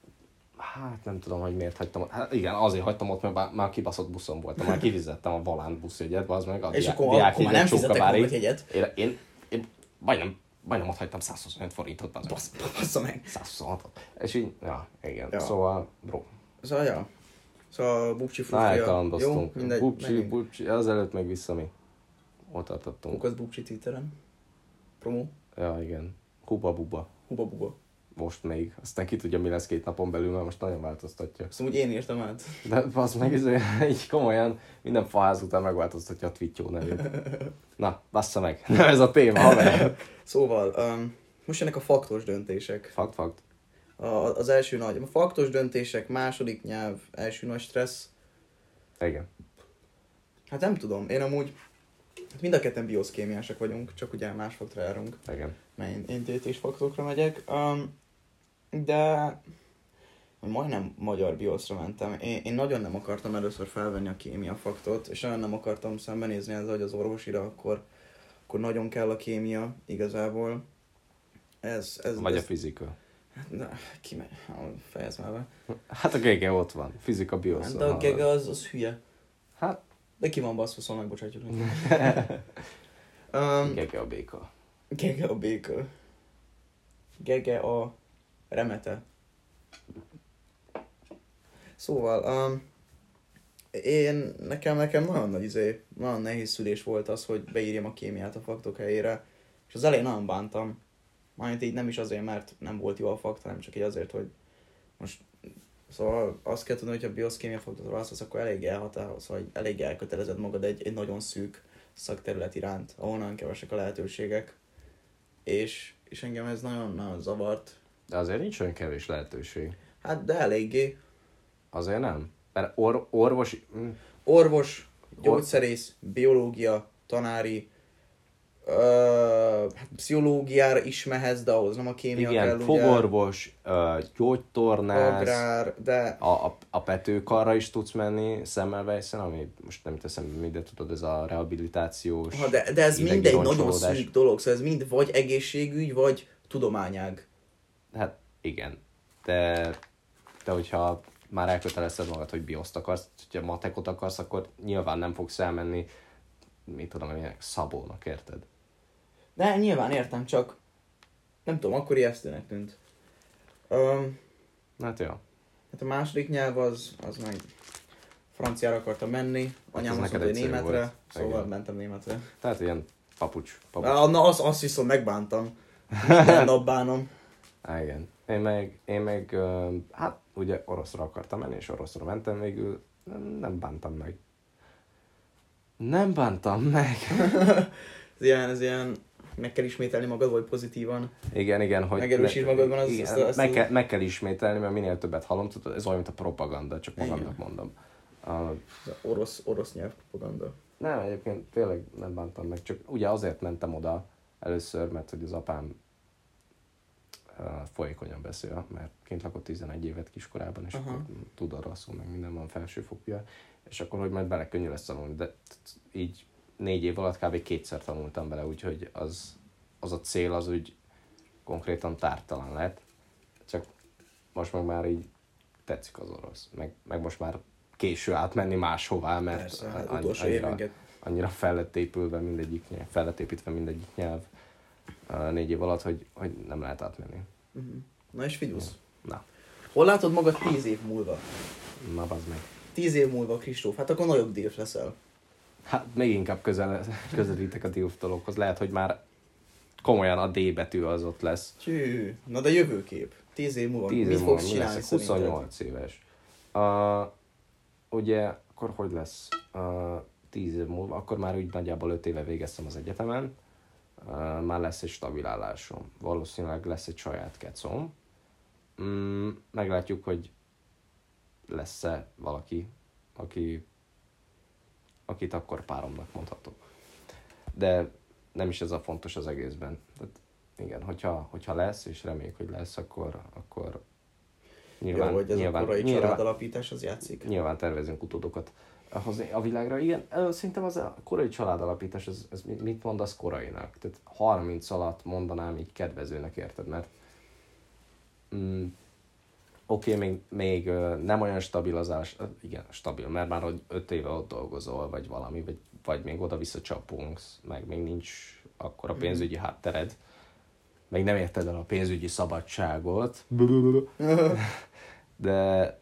hát nem tudom, hogy miért hagytam ott. Hát igen, azért hagytam ott, mert már, már kibaszott buszon voltam. Már kifizettem a Valán buszjegyet, bazd meg. A És diá- akkor, diák akkor már jegyet nem fizetek Csókabárig. maga jegyet. Én, én, én majdnem, majdnem ott hagytam százhuszonöt forintot, bazd meg. Basz, bassza meg. százhuszonhatot. És így, ja, igen. Ja. Szóval, bro. Szóval, ja. Szóval Bubcsi Na, frufria. Jó, elkalandoztunk. mindegy. Bubcsi, menjünk. bubcsi, azelőtt meg vissza mi. Ott tartottunk. Kukac Bubcsi Twitteren. Promo. Ja, igen. Huba buba. Huba Buba. Most még. Aztán ki tudja, mi lesz két napon belül, mert most nagyon változtatja. Azt amúgy én írtam át. De az meg izé, így komolyan minden faház után megváltoztatja a Twittyó nevét. Na, bassza meg. Nem ez a téma, haver. Szóval, um, most jönnek a faktos döntések. Fakt, fakt. A, az első nagy. A faktos döntések, második nyelv, első nagy stressz. Igen. Hát nem tudom, én amúgy hát mind a ketten bioszkémiások vagyunk, csak ugye más faktra járunk. Igen. Mert én, én té té-s faktokra megyek. Um, de majdnem magyar bioszra mentem. Én, én nagyon nem akartam először felvenni a kémia faktot, és nagyon nem akartam szembenézni ezzel, hogy az orvosira akkor, akkor nagyon kell a kémia igazából. Ez, ez, Vagy ez, a fizika. Na, ki megy? Fejezd már be. Hát a gege ott van. Fizika, biosz. Hát, de a gege az, az hülye. Hát. De ki van baszva, szóval megbocsátjuk. um, Gege a béka. Gege a béka. Gege a remete. Szóval, um, én, nekem, nekem nagyon nagy izé, nagyon nehéz szülés volt az, hogy beírjam a kémiát a faktok helyére, és az elején nagyon bántam. Mármint így nem is azért, mert nem volt jó a fakt, hanem csak így azért, hogy most, szóval azt kell tudni, hogy ha bioszkémia faktot választasz, akkor elég elhatárolsz, szóval elég elkötelezed magad egy, egy nagyon szűk szakterület iránt, ahol nagyon kevesek a lehetőségek, és, és engem ez nagyon-nagyon zavart. De azért nincs olyan kevés lehetőség. Hát, de eléggé. Azért nem? Mert or- orvos... Orvos, gyógyszerész, biológia, tanári, ö, hát pszichológiára is mehetsz, de ahhoz nem a kémia igen, kell, fogorvos, uh, gyógytornász, agrár, de... a, a, a petőkarra is tudsz menni Semmelweisen, ami most nem teszem, minden tudod, ez a rehabilitációs... Ha, de, de ez mind egy nagyon ideggironcsolódás. szűk dolog, szóval ez mind vagy egészségügy, vagy tudományág. Hát igen, de, de hogyha már elkötelezted magad, hogy bioszt akarsz, hogyha matekot akarsz, akkor nyilván nem fogsz elmenni, mit tudom, milyenek Szabónak, érted? De nyilván értem, csak nem tudom, akkor ijesztőnek tűnt. Um, Hát jó. hát a második nyelv az, az meg franciára akartam menni, anyám ez azt neked mondta, hogy egyszerű németre, volt. szóval Igen. mentem németre. Tehát ilyen papucs. papucs. Ah, na, azt, azt viszont megbántam. Minden nap bánom. Á, igen. Én meg, én meg uh, hát ugye oroszra akartam menni, és oroszra mentem végül, nem, nem bántam meg. Nem bántam meg. ez ilyen, ez ilyen, meg kell ismételni magad, vagy pozitívan. Igen, igen, hogy... Megerősítsd magadban az- igen, azt a- azt meg, a- kell, meg kell ismételni, mert minél többet hallom, tudod, ez olyan, mint a propaganda, csak magamnak Igen. mondom. Uh, De orosz, orosz nyelv propaganda. nem, egyébként tényleg nem bántam meg, csak ugye azért mentem oda először, mert hogy az apám uh, folyékonyan beszél, mert kint lakott tizenegy évet kiskorában, és Aha. akkor tud oroszul, meg minden van felsőfokja, és akkor, hogy majd bele könnyű lesz tanulni, de így négy év alatt kb. Kétszer tanultam bele, úgyhogy az, az a cél az úgy konkrétan tártalan lett, csak most meg már így tetszik az orosz, meg, meg most már késő átmenni máshová, mert Persze, hát anny- utolsó annyira, évünket. annyira fel lett épülve mindegyik nyelv, fel lett építve mindegyik nyelv uh, négy év alatt, hogy, hogy nem lehet átmenni. Uh-huh. Na és figyelsz. Na, Hol látod magad tíz év múlva? na bazd meg. Tíz év múlva, Kristóf, hát akkor nagyobb díj leszel. Hát még inkább közel, közelítek a diuftolókhoz. Lehet, hogy már komolyan a D betű az ott lesz. Csű, na de jövőkép. Tíz év múlva, tíz mit év múlva, fogsz mi csinálni leszek? szerinted? huszonnyolc éves. Uh, ugye, akkor hogy lesz? Uh, tíz év múlva, akkor már úgy nagyjából öt éve végeztem az egyetemen. Uh, már lesz egy stabil állásom. Valószínűleg lesz egy saját kecom. Mm, meglátjuk, hogy lesz-e valaki, aki, akit akkor páromnak mondhatok. De nem is ez a fontos az egészben. Tehát igen, hogyha, hogyha lesz, és reméljük, hogy lesz, akkor, akkor nyilván, Jó, hogy ez nyilván, a korai nyilván, családalapítás az játszik. nyilván tervezünk utódokat hozni a világra. Igen, ö, szerintem az a korai családalapítás, ez, ez mit mondasz korainak? Tehát harminc alatt mondanám így kedvezőnek, érted? Mert mm, oké, okay, még, még ö, nem olyan stabil az állás, igen, stabil, mert már hogy öt éve ott dolgozol, vagy valami, vagy, vagy még oda-vissza csapunk, meg még nincs akkor a pénzügyi háttered, meg nem érted el a pénzügyi szabadságot, de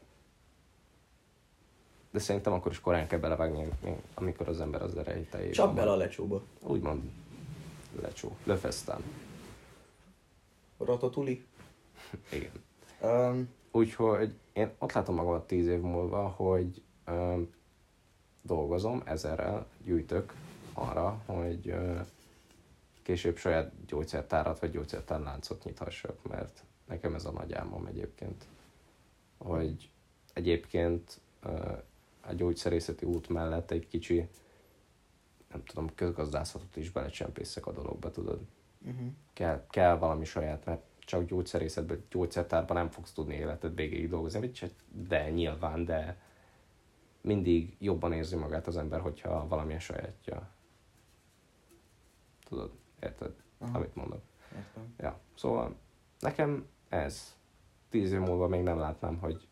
de szerintem akkor is korán kell belevágni, amikor az ember az erejétejében. Csap bele a lecsóba. Úgymond lecsó, lefesztán. Ratatuli. Igen. Um, Úgyhogy én ott látom magamat tíz év múlva, hogy um, dolgozom, ezerrel gyűjtök arra, hogy uh, később saját gyógyszertárat vagy gyógyszertárláncot nyithassak, mert nekem ez a nagy álmom egyébként. Hogy egyébként uh, a gyógyszerészeti út mellett egy kicsi, nem tudom, közgazdászatot is belecsempészek a dologba, tudod. uh-huh. Kell, kell valami saját, mert csak gyógyszerészetben, gyógyszertárban nem fogsz tudni életed végéig dolgozni, de nyilván, de mindig jobban érzi magát az ember, hogyha valamilyen sajátja. Tudod, érted, aha, amit mondok. Értem. Ja, szóval nekem ez. Tíz év múlva még nem látnám, hogy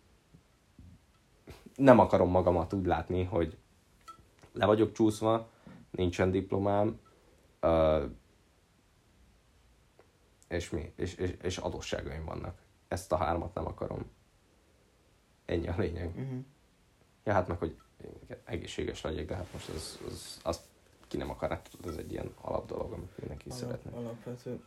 nem akarom magamat úgy látni, hogy le vagyok csúszva, nincsen diplomám, uh, és mi? És, és, és adósságaim vannak. Ezt a hármat nem akarom. Ennyi a lényeg. Uh-huh. Ja, hát meg, hogy egészséges legyek, de hát most az, az, az ki nem akar, hát ez egy ilyen alap dolog, amit mindenki Alap, szeretne. Alapvető.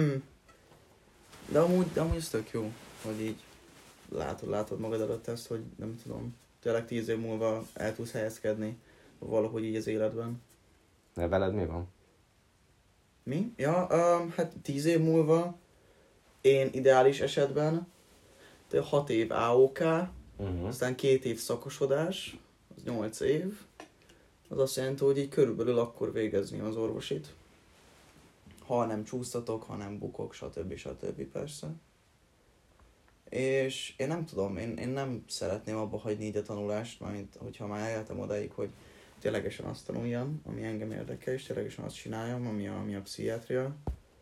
De amúgy, de amúgy ez tök jó, hogy így látod, látod magad előtt ezt, hogy nem tudom, tényleg tíz év múlva el tudsz helyezkedni valahogy így az életben. De veled mi van? Mi? Ja, um, hát tíz év múlva én ideális esetben hat év á ó ká, uh-huh. aztán két év szakosodás, az nyolc év. Az azt jelenti, hogy így körülbelül akkor végezni az orvosit. Ha nem csúsztatok, ha nem bukok, stb. stb. Persze. És én nem tudom, én, én nem szeretném abba hagyni így a tanulást, mármint hogyha már eljöttem odáig, hogy ténylegesen azt tanuljam, ami engem érdekel, és ténylegesen azt csináljam, ami a, ami a pszichiátria.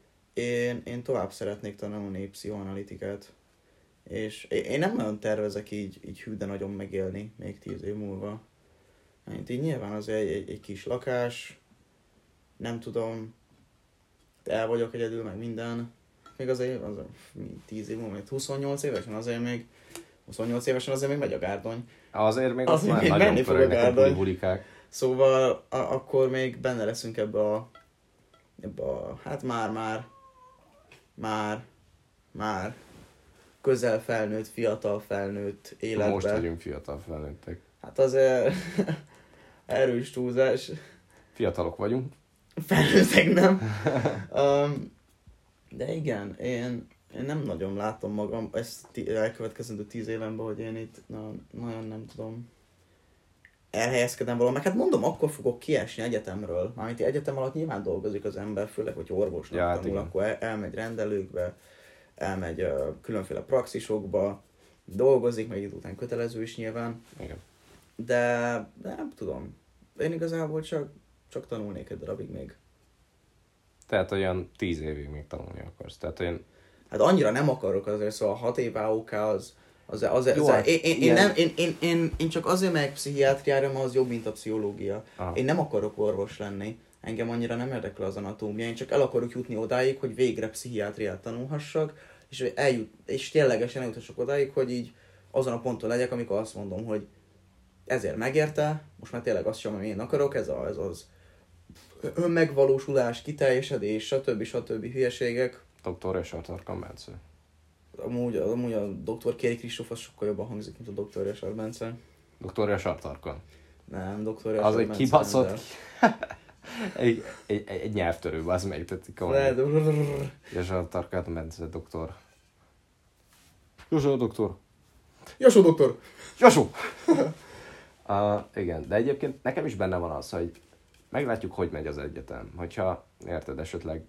Én, én tovább szeretnék tanulni pszichoanalitikát. És én nem nagyon tervezek így, így hű, de nagyon megélni még tíz év múlva. Mint így nyilván az egy, egy, egy kis lakás, nem tudom, el vagyok egyedül, meg minden. Még azért, az, tíz év múlva, huszonnyolc évesen azért még, huszonnyolc évesen azért még megy a gárdony. Azért még azért ott még már menni fog a gárdony. Bulikák. Szóval a, akkor még benne leszünk ebbe a, ebbe a, hát már, már, már, már közel felnőtt, fiatal felnőtt életben. Most vagyunk fiatal felnőttek. Hát azért erős túlzás. Fiatalok vagyunk. Felnőttek nem. um, de igen, én, én nem nagyon látom magam ezt t- elkövetkezendő tíz évenben, hogy én itt na, nagyon nem tudom elhelyezkedem valahol. Meg hát mondom, akkor fogok kiesni egyetemről. Mármint egyetem alatt nyilván dolgozik az ember, főleg, hogy orvosnak ja, tanul, akkor el, elmegy rendelőkbe, elmegy uh, különféle praxisokba, dolgozik, meg idő után kötelező is nyilván. Igen. De, de nem tudom. Én igazából csak, csak tanulnék egy darabig még. Tehát olyan tíz évig még tanulni akarsz. Tehát olyan... Hát annyira nem akarok azért, szóval hat év á ó ká az... az, az, az, Jó, az hát én, én, én, ilyen... nem, én, én, én, én csak azért megyek pszichiátriára, mert az jobb, mint a pszichológia. Aha. Én nem akarok orvos lenni. Engem annyira nem érdekel az anatómia. Én csak el akarok jutni odáig, hogy végre pszichiátriát tanulhassak, és, eljut, és ténylegesen eljutassak odáig, hogy így azon a ponton legyek, amikor azt mondom, hogy ezért megérte, most már tényleg azt sem, amit én akarok, ez, a, ez az önmegvalósulás, kiteljesedés, stb. stb. Hülyeségek. doktor Richard Tarkan Bence. Amúgy, amúgy a doktor Kéri Kristóf az sokkal jobban hangzik, mint a doktor Richard Bence. doktor Richard Tarkan. Nem, doktor Richard Bence. Az egy kibaszott... egy, egy, egy, egy nyelvtörő, az megtetszik komolyan. Richard Tarkan Bence, doktor. Józsó doktor. Józsó doktor. Józsó! Uh, igen, de egyébként nekem is benne van az, hogy meglátjuk, hogy megy az egyetem. Hogyha, érted, esetleg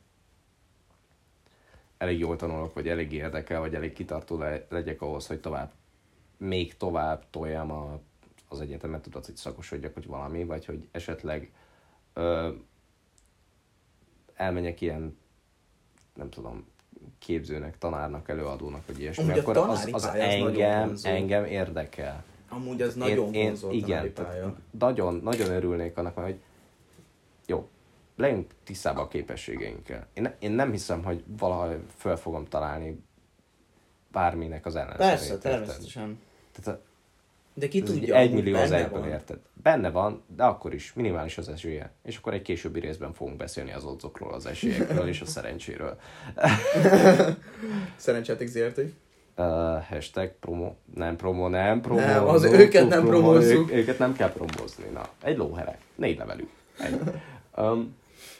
elég jól tanulok, vagy elég érdekel, vagy elég kitartó le- legyek ahhoz, hogy tovább, még tovább toljam a, az egyetemet, tudod, hogy szakosodjak, hogy valami, vagy hogy esetleg ö, elmenjek ilyen, nem tudom, képzőnek, tanárnak, előadónak, vagy ilyesmi, amúgy akkor az, az engem, engem érdekel. Amúgy ez nagyon én, vonzó én, igen, nagyon, nagyon örülnék annak, hogy jó, legyünk tisztában a képességeinkkel. Én, én nem hiszem, hogy valaha föl fogom találni bárminek az ellenszerét. Persze, természetesen. Tehát a, de ki tudja, egy millió az egyből, érted? Benne van, de akkor is minimális az esélye. És akkor egy későbbi részben fogunk beszélni az oddzokról, az esélyekről és a szerencséről. Szerencsétek zé er té? Uh, hashtag promo, nem promo, nem promo. Nem, az no, őket nem promo, promózzuk. Ők, őket nem kell promózni. Na, egy lóherek, négy levelű. Egy. Um,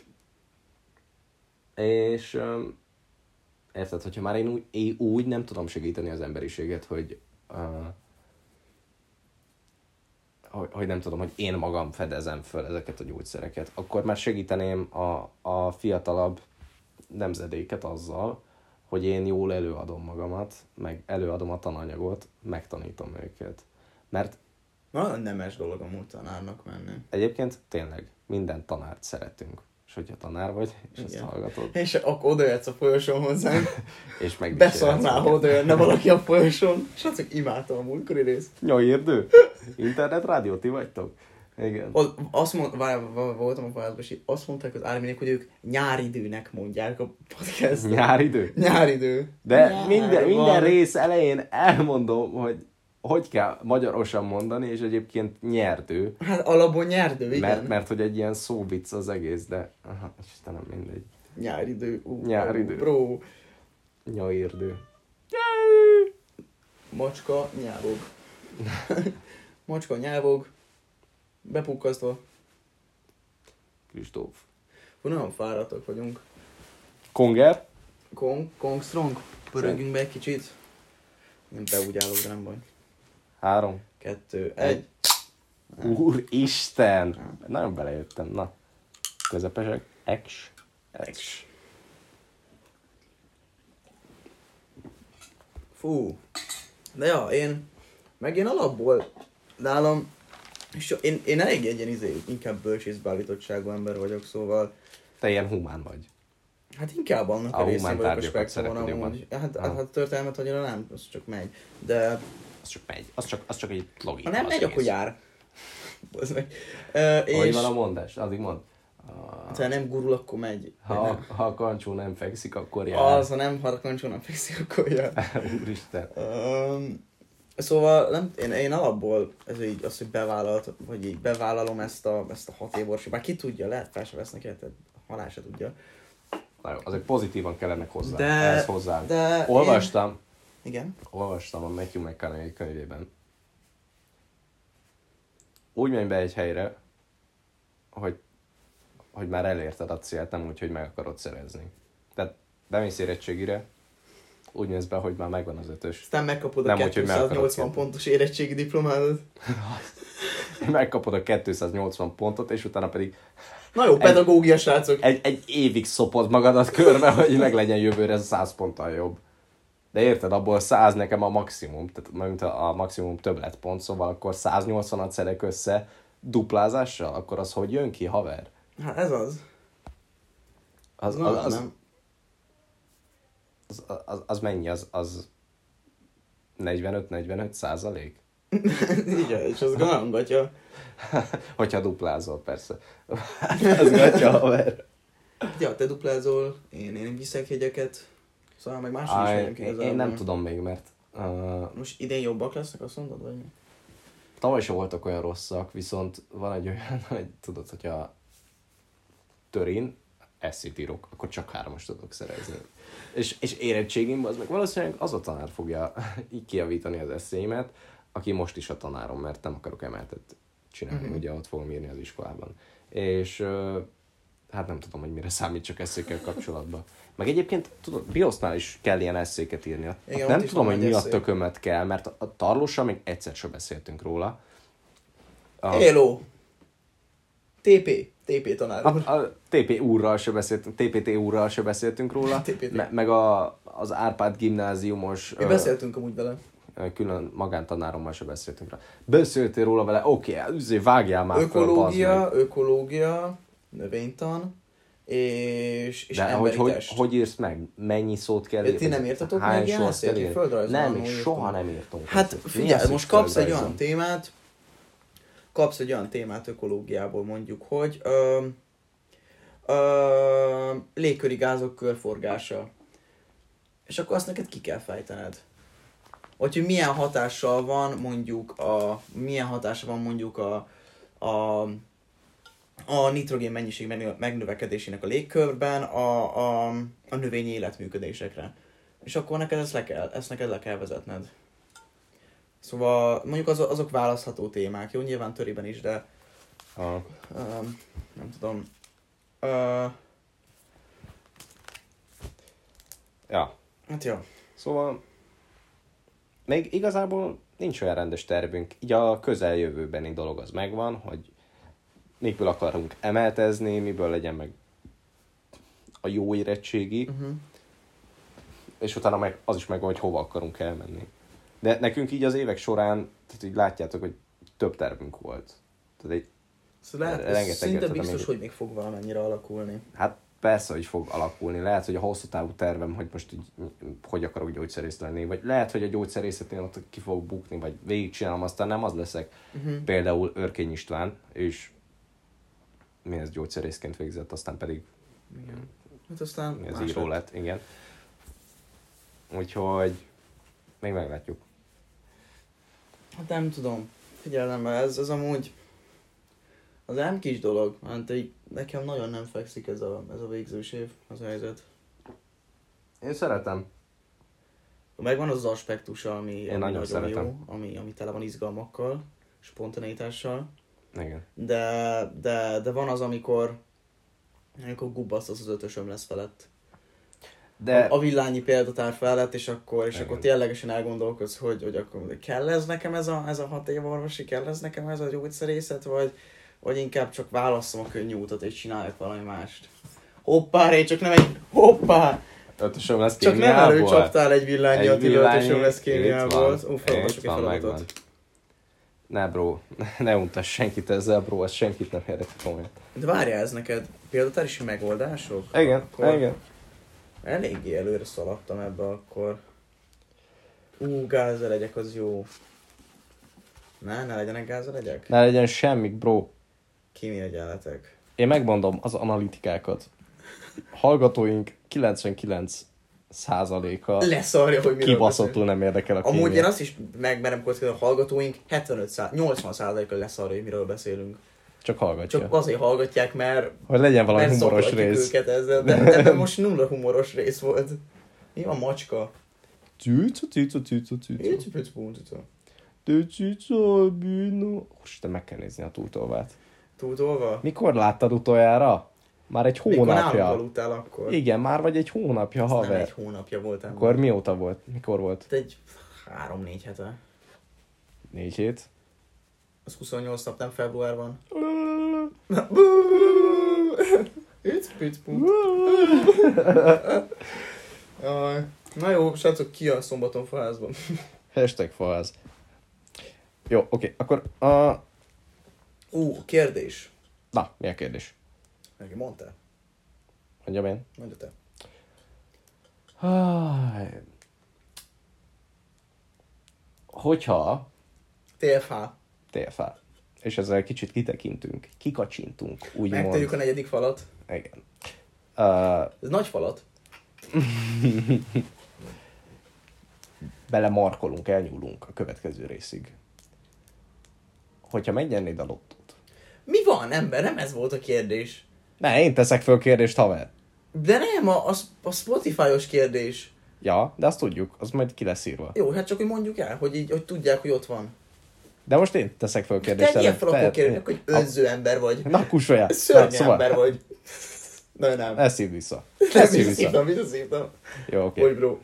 és um, érted, hogyha már én úgy, én úgy nem tudom segíteni az emberiséget, hogy, uh, hogy, hogy nem tudom, hogy én magam fedezem föl ezeket a gyógyszereket, akkor már segíteném a, a fiatalabb nemzedéket azzal, hogy én jól előadom magamat, meg előadom a tananyagot, megtanítom őket. Mert Nagyon nemes dolog amúgy tanárnak menni. egyébként tényleg minden tanárt szeretünk. És hogyha tanár vagy, és Igen. ezt hallgatod. És akkor odajössz a folyosón hozzánk, És meg beszarnál, ha odajönne valaki a folyosón. És azt imádtam a múltkori részt. Nyahirdő? Internet rádió, ti vagytok? Igen. Ott azt mond, várj, voltam a pályázban, és azt mondták az árminék, hogy ők nyáridőnek mondják a podcast. Nyáridő? Nyáridő. De Nyár minden, minden van. rész elején elmondom, hogy hogy kell magyarosan mondani, és egyébként nyerdő. Hát alapból nyerdő, igen. Mert, mert hogy egy ilyen szóvic az egész, de aha, Istenem, mindegy. Nyáridő. Uh, Nyáridő. Uh, bro. Nyahirdő. Macska nyávog. Macska nyávog. Bepukkasztva. Kristóf. Hú, nagyon fáradtak vagyunk. Konger? Kong, Kong Strong. Pörögjünk be egy kicsit. Nem te úgy állok, de nem baj. Három. Kettő, egy. Úristen! Nagyon belejöttem, na. Közepesek. Ex. Ex. Fú. De ja, én... Meg én alapból nálam... És én, én elég egy ilyen izé, inkább bölcsészbeállítottságú ember vagyok, szóval... Te ilyen humán vagy. Hát inkább annak a, A a részén humán vagyok a tárgyakat spektrumon szereted amúgy. jobban. Hát, Ah. hát, hát történelmet annyira nem, az csak megy. De Az csak megy. Az csak, az csak egy logika. ha nem az megy, egész. akkor jár. Bazd meg. Uh, Hogy és van a mondás? Addig mond. ha nem gurul, akkor megy. Ha, ha a kancsó nem fekszik, akkor jár. Az, ha nem harkancsó, nem fekszik, akkor jár. Úristen. Um, szóval nem, én, én alapból ez így az, hogy bevállalt, vagy így bevállalom ezt a, ezt a hat év orsi, bár ki tudja, lehet fel se vesznek érted, halál se tudja. Na jó, azért pozitívan kellene hozzá. De- Ehhez hozzá. de Olvastam, Én... Igen? olvastam a Matthew McConaughey könyvében. Úgy menj be egy helyre, hogy, hogy már elérted a célt, nem úgy, hogy meg akarod szerezni. Tehát bemész érettségire, úgy mész be, hogy már megvan az ötös. Aztán megkapod a Nem úgy, hogy meg akarod kétszáznyolcvan kérni. pontos érettségi diplomádat. Megkapod a kétszáznyolcvan pontot, és utána pedig Na jó, pedagógia, srácok. egy, egy évig szopod magadat körbe, hogy meg legyen jövőre ez száz ponttal jobb. De érted, abból száz nekem a maximum, tehát mint a maximum többletpont, szóval akkor száznyolcvanat szedek össze duplázással, akkor az hogy jön ki, haver? Hát ez az. Az, Na, az, az, nem. az, az, az mennyi? Az, az negyvenöt-negyvenöt százalék? Igen, és az nagyon gatya. Hogyha duplázol, persze. Ez gatya, haver. Ja, te duplázol, én, én viszek jegyeket. Szóval meg máshogy is Á, megyünk én, igazából. én nem tudom még, mert uh, Most idén jobbak lesznek, azt mondod, vagy mi? tavaly sem voltak olyan rosszak, viszont van egy olyan, hogy tudod, hogyha törin eszét írok, akkor csak hármas tudok szerezni. És, és érettségimben az meg valószínűleg az a tanár fogja így kijavítani az eszéimet, aki most is a tanárom, mert nem akarok emeltet csinálni, Mhm. ugye ott fogom írni az iskolában. És uh, hát nem tudom, hogy mire számít csak eszékkel kapcsolatban. Meg egyébként, tudod, biosznál is kell ilyen eszéket írni. Ott Igen, nem ott is tudom, van hogy egy mi a eszé. tökömet kell, mert a tarlóssal még egyszer sem beszéltünk róla. A, Hello! té pé. té pé tanár a, úr. a té pé úrral se beszéltünk, té pé té úrral se beszéltünk róla, té pé té. me, meg a, az Árpád gimnáziumos Mi ö, beszéltünk amúgy vele. ö, külön magántanárommal se beszéltünk róla. Beszéltél róla vele, oké, okay, vágjál már fel, bazd meg. Ökológia, ökológia, növénytan, és, és De hogy, emberi hogy, test. hogy írsz meg? Mennyi szót kell Ti írni? nem írtatok Hány meg ilyen sort eszét, kell hogy írni? földrajzon Nem, annól még írtunk? soha nem írtunk. Hát eszét. Mi figyelj, az, hogy most kapsz egy földrajzon? olyan témát, kapsz egy olyan témát ökológiából mondjuk, hogy ö, ö, légköri gázok körforgása. És akkor azt neked ki kell fejtened. Vagy hogy milyen hatással van mondjuk a, milyen hatása van mondjuk a, a, a nitrogén mennyiség megnö- megnövekedésének a légkörben a, a, a növényi életműködésekre. És akkor neked ezt, le kell, ezt neked le kell vezetned. Szóval mondjuk az, azok választható témák, jó? Nyilván töriben is, de Ah. um, nem tudom. Uh, Ja, hát jó. szóval még igazából nincs olyan rendes tervünk. Így a közeljövőbeni dolog az megvan, hogy mikből akarunk emeltezni, miből legyen meg a jó érettségi. Uh-huh. és utána meg az is megvan, hogy hova akarunk elmenni. De nekünk így az évek során, tehát így látjátok, hogy több tervünk volt. Tehát egy Szóval lehet, szinte biztos, hogy még fog valamennyire alakulni. Hát persze, hogy fog alakulni. Lehet, hogy a hosszú távú tervem, hogy most így, hogy akarok gyógyszerész lenni, vagy lehet, hogy a gyógyszerészetnél ott ki fogok bukni, vagy végigcsinálom, aztán nem az leszek. Uh-huh. Például Örkény István, és mi ez gyógyszerészként végzett, aztán pedig igen. Hát aztán mi az író lett, igen. Úgyhogy még meglátjuk. Hát nem tudom. Figyelem, ez, ez amúgy az nem kis dolog. Hát így nekem nagyon nem fekszik ez a, ez a végzős év, az helyzet. Én szeretem. Megvan az az aspektusa, ami, Én ami nagyon, nagyon szeretem. jó, ami, ami tele van izgalmakkal, spontaneitással. Igen. De, de, de van az, amikor amikor gubbasztasz az ötösöm lesz felett. De... A, a villányi példatár felett, és akkor, és akkor ténylegesen elgondolkodsz, hogy, hogy akkor kell ez nekem ez a, ez a hat év orvosi, kell ez nekem ez a gyógyszerészet, vagy, vagy inkább csak válasszom a könnyű utat, és csináljak valami mást. Hoppá, ré, csak nem egy... Hoppá! Ötösöm lesz csak kémiából. Csak nem előcsaptál egy villányi Attila, ötösöm lesz kémiából. Ú, felolvasok egy feladatot. Ne bro, ne untass senkit ezzel, bro, ez senkit nem érdekel komolyan. De várjál, ez neked példatári megoldások? Igen, akkor igen. Eléggé előre szaladtam ebbe akkor. Ú, gázeregyek az jó. Ne, ne legyenek gázeregyek? Ne legyen semmik, bro. Kémiaegyenletek. Én megmondom az analitikákat. Hallgatóink kilencvenkilenc százaléka leszarja, hogy kibaszottul nem érdekel a kémia. Amúgy én azt is megmerem kockázni, a hallgatóink hetvenöt nyolcvan százaléka leszarja, hogy miről beszélünk. Csak hallgatja. Csak azért hallgatják, mert hogy legyen valami humoros rész. Őket ezzel, de ebben most nulla humoros rész volt. Mi a macska? Cica, cica, cica, cica. Cica, cica. De cica, bűnő. Úristen, meg kell nézni a túltolvát. Túltolva? Mikor láttad utoljára? Már egy hónapja. Mikor aludtál akkor? Igen, már vagy egy hónapja, ez haver. Nem egy hónapja voltam. Akkor volt. Mióta volt? Mikor volt? Egy három-négy hete. Négy hét? Az huszonnyolc nap, nem február van. Na jó, srácok, ki a szombaton faházban? Hashtag faház. Jó, oké, okay, akkor a... Ú, uh, kérdés. Na, mi a kérdés? Neki mondtál? Mondjam én? Mondja te. Hogyha... té ef há. té ef há. És ezzel kicsit kitekintünk, kikacsintunk, úgymond. Megtegyük a negyedik falat. Igen. Uh, Ez nagy falat. Belemarkolunk, elnyúlunk a következő részig. Hogyha megnyernéd a lottót. Mi van, ember? Nem ez volt a kérdés. Ne, én teszek föl kérdést, haver. De nem, a, a, a Spotify-os kérdés. Ja, de azt tudjuk, az majd ki lesz írva. Jó, hát csak hogy mondjuk el, hogy így, hogy tudják, hogy ott van. De most én teszek föl kérdést. Te ilyen fel akkor kérdés, hogy önző a... ember vagy. Na, kusolja. Szörnyű szóval... ember vagy. Na, nem. Ezt szívd vissza. Ezt szívd vissza. Nem visszaszívtam. Jó, oké. Okay. Hogy bro.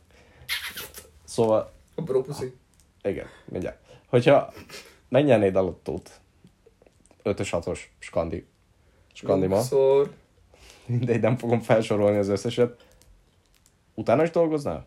Szóval... A bro puszi. Igen, mindjárt. Hogyha megnyernéd a lottót, ötös hatos skandi. Skandima. Luxor. Mindegy, nem fogom felsorolni az összeset. Utána is dolgoznál?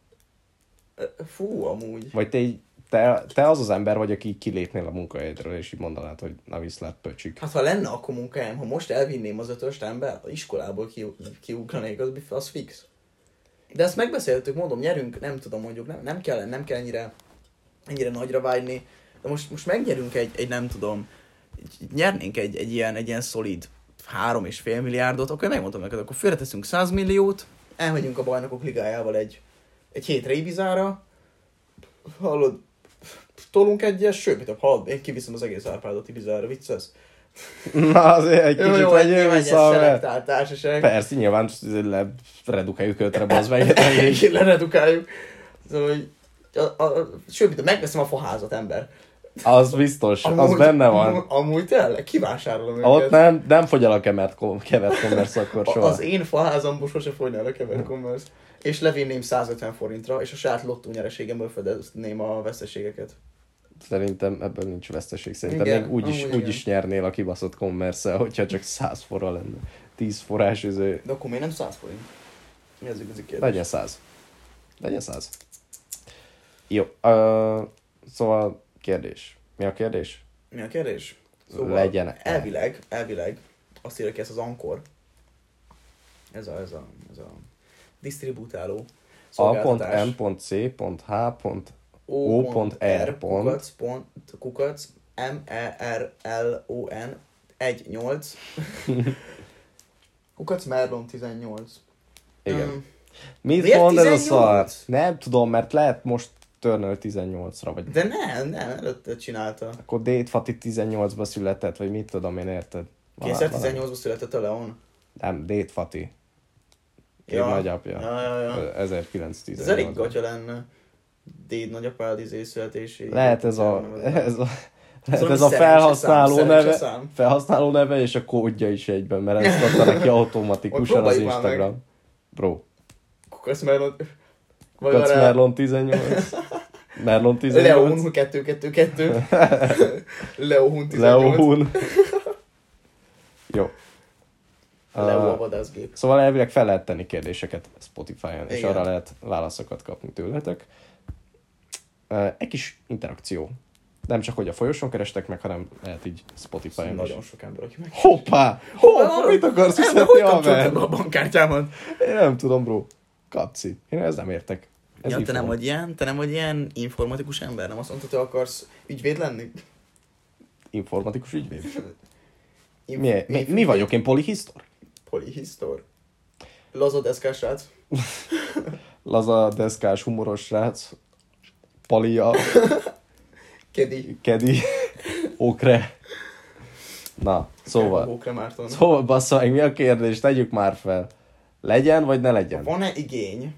Fú, amúgy. Vagy te, így, te, te az az ember vagy, aki kilépnél a munkahelyedről, és így mondanád, hogy na viszlát, pöcsik. Hát ha lenne akkor munkahelyem, ha most elvinném az ötöst ember, a iskolából ki, kiugranék, az, az fix. De ezt megbeszéltük, mondom, nyerünk, nem tudom, mondjuk, nem, nem kell, nem kell ennyire, ennyire nagyra vágyni, de most, most megnyerünk egy, egy nem tudom, nyernénk egy, egy, ilyen, egy ilyen szolid három és fél milliárdot, akkor megmondom neked, akkor félreteszünk száz milliót, elmegyünk a bajnokok ligájával egy, egy hétre Ibizára, hallod, tolunk egyes, sőt, mit hallod, én kiviszem az egész Árpádot Ibizára, vicces? Na azért egy kicsit jó, vegyél vissza, mert... társaság. Persze, nyilván le, redukáljuk ötre, bazd meg. Leredukáljuk. Szóval, hogy a, a, sőt, megveszem a faházat, ember. Az biztos, amúgy, az benne van. Amúgy, amúgy tényleg, kivásárolom őket. Ott nem, nem fogy el a kevert commerce akkor soha. Az én faházamból sose fogyna el a kevert commerce. És levinném százötven forintra, és a saját lottó nyereségemből fedezném a veszteségeket. Szerintem ebből nincs veszteség. Szerintem igen, még úgy is, úgy is nyernél a kibaszott commerce-el, hogyha csak száz forra lenne. tíz forrás üző. De akkor miért nem száz forint? Mi az igazi kérdés? Legyen száz. Legyen száz. Jó. Uh, szóval kérdés. Mi a kérdés? Mi a kérdés? Szóval Legyen elvileg, elvileg azt írja ki ezt az Anchor. Ez a, ez a, ez a disztribútáló szolgáltatás. a.m.c.h.o.r. kukac, pont, kukac, M E R L O N tizennyolc Kukac Merlon tizennyolc. Igen. Um, Mit miért mond ez a tizennyolc? szar? Nem tudom, mert lehet most Turner tizennyolcra, vagy... De nem, nem, előtte csinálta. Akkor Date Fati tizennyolcba született, vagy mit tudom én, érted? kétezer-tizennyolcban született a Leon. Nem, Date Fati. Két Ja. nagyapja. Ja, ja, ja. Ez ezerkilencszáztizennyolc. elég gatya lenne. Déd nagyapád izé születési. Lehet ez a, ez a, lehet Szóval ez a felhasználó szám, neve, szám. felhasználó neve és a kódja is egyben, mert ezt adta neki automatikusan az próbáljuk már meg. Instagram. Bro. Kukac Merlon. Kukac Merlon tizennyolc. Merlon tizennyolc. Leon kettő kettő kettő. Leon tizennyolc. Leon. Jó. Leo a Uh, vadászgép. szóval elvileg fel lehet tenni kérdéseket Spotify-on, és Igen. arra lehet válaszokat kapni tőletek. Uh, egy kis interakció. Nem csak, hogy a folyosón kerestek meg, hanem lehet így Spotify-on is. Nagyon sok ember, aki meg... Hoppá! Hoppá! Mit akarsz Ember, fizetni, hogy kapcsoltad haver? be a bankkártyámat? Én nem tudom, bro. Kapci. Én ez nem értek. Ez Ja, te nem inform- vagy ilyen, te nem vagy ilyen informatikus ember? Nem azt mondtad, hogy akarsz ügyvéd lenni? Informatikus ügyvéd. Inf- Mi, mi, inf- mi vagyok? Én polihisztor? Polihisztor. Lazadeszkás srác. Laza, deszkás, humoros srác. Palia, Kedi. Kedi, Okre. Na, szóval. Hókre Márton. Szóval bassza meg, mi a kérdés? Tegyük már fel. Legyen, vagy ne legyen? Van-e igény?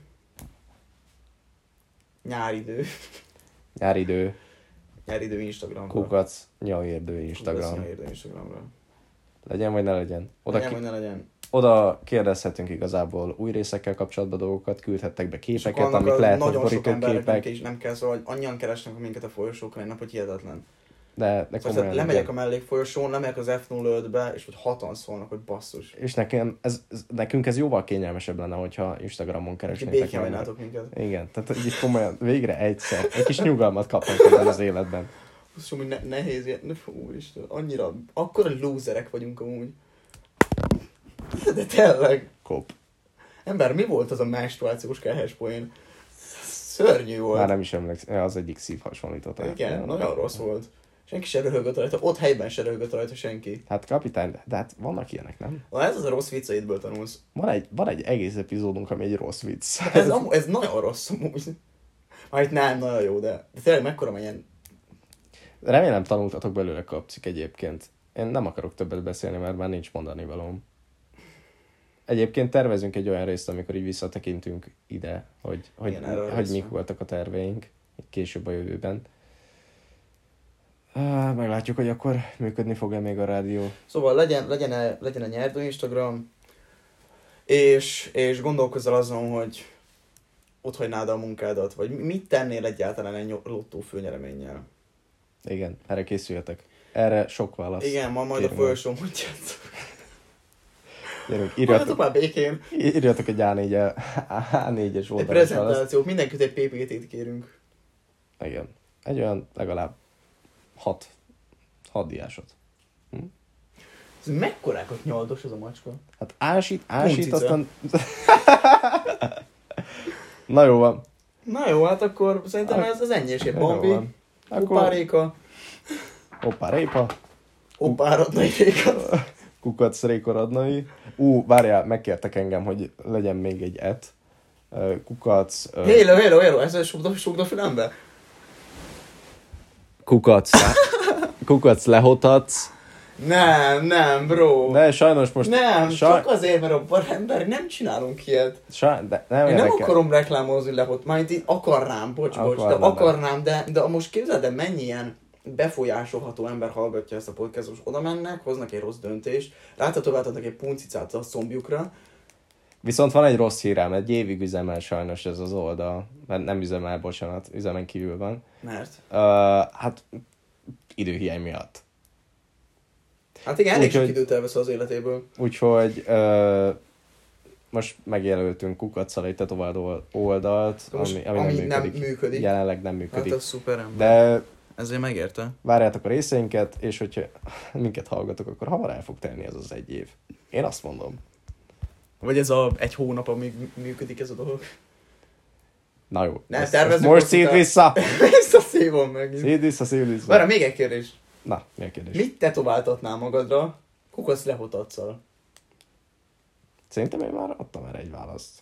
Nyáridő. Nyáridő, Nyáridő Instagramra. kukac, nyalérdő Instagram. Kukac nyáridő Instagramra. Legyen, vagy ne legyen? Oda, Legyen, ki, vagy ne legyen. oda kérdezhetünk igazából új részekkel kapcsolatban dolgokat, küldhettek be képeket, Csak annak amik a lehetnek nagyon sok embernek nem, borítóképek. kell, és nem kell, szóval hogy annyian keresnek minket a folyosókon egy nap, hogy hihetetlen. De, de Szóval komolyan. lemegyek a legyen. mellékfolyosón, lemegyek az F nulla ötbe, és hogy hatan szólnak, hogy basszus. És nekem, ez, ez, nekünk ez jóval kényelmesebb lenne, hogyha Instagramon Hogy keresnétek békén meg. hagynátok minket. Igen, tehát így komolyan, végre egyszer, egy kis nyugalmat kapnak ebben az életben. Azt hogy ne, nehéz ilyen, ne, úristen, annyira, akkora lúzerek vagyunk amúgy. De tényleg. Kop. Ember, mi volt az a menstruációs kehelyes poén? Szörnyű volt. Már nem is emlékszem, az egyik szív hasonlított. Igen, nagyon rossz volt. Senki se röhögött rajta, ott helyben se röhögött rajta senki. Hát kapitány, de hát vannak ilyenek, nem? Na ez az a rossz vicceidből tanulsz. Van egy, van egy egész epizódunk, ami egy rossz vicc. Ez, am- ez nagyon rossz amúgy. Már itt nem, nagyon jó, de, de tényleg mekkora ilyen... Remélem tanultatok belőle, kapcik egyébként. Én nem akarok többet beszélni, mert már nincs mondani valóm. Egyébként tervezünk egy olyan részt, amikor így visszatekintünk ide, hogy, hogy, Igen, erre a hogy részre. mik voltak a terveink később a jövőben. Ah, meglátjuk, hogy akkor működni fog-e még a rádió. Szóval legyen, legyen, -e, legyen a nyerdő Instagram, és, és gondolkozzal azon, hogy ott hagynád a munkádat, vagy mit tennél egyáltalán egy lottó főnyereménnyel. Igen, erre készüljetek. Erre sok válasz. Igen, ma majd Kérem. a folyosón mondjátok. Gyerünk, Írjatok írjatok, már békén. írjatok egy á négyes Egy oldalas választ. prezentációt, mindenkit egy pé pé té-t kérünk. Igen. Egy olyan legalább hat, hat diásot. Ez mekkorákat nyaldos ez a macska? Hát ásít, ásít, Puncica. aztán... Na jó van. Na jó, hát akkor szerintem ez az ennyieség. Jó Bambi, van. Opáréka, Hoppá, répa, Opáratnai Réka. kukac, rékoradnai. Ú, várjál, megkértek engem, hogy legyen még egy et. Ö, Kukac... ö, Hélo, hélo, hélo, ez a sugda, sugda fülembe? Kukac, kukac lehotatsz. Nem, nem, bro. De sajnos most... Nem, saj... csak azért, mert a bar- ember nem csinálunk ilyet. Saj... De nem Én nem érdekel. akarom reklámozni lehot, majd így akarnám, bocs, bocs, de Akarnám, akarnám, de, de most képzeld, de mennyi ilyen befolyásolható ember hallgatja ezt a podcastot, most oda mennek, hoznak egy rossz döntést, rátetováltatnak egy puncicát a szombjukra. Viszont van egy rossz hírem, egy évig üzemel sajnos ez az oldal. Mert nem üzemel, bocsánat, üzemen kívül van. Mert? Uh, hát időhiány miatt. Hát igen, elég Úgyhogy- sok időt elvesz az életéből. Úgyhogy uh, most megjelöltünk kukacsal egy tetovált oldalt, Most, ami, ami, ami nem, nem működik. működik. Jelenleg nem működik. Hát az szuper ember. De ezért megérte. várjátok a részeinket, és hogyha minket hallgatok, akkor hamar el fog telni ez az egy év. Én azt mondom. Vagy ez a egy hónap, amíg működik ez a dolog. Na jó. Ne, ezt, tervezzük ezt most hosszú szíd táv- vissza! Visszaszívom meg. Szíd vissza, szíd vissza. Várj, még egy kérdés. Na, mi a kérdés? Mit tetováltatnál magadra kukac lehotatszal? Szerintem én már adtam erre egy választ.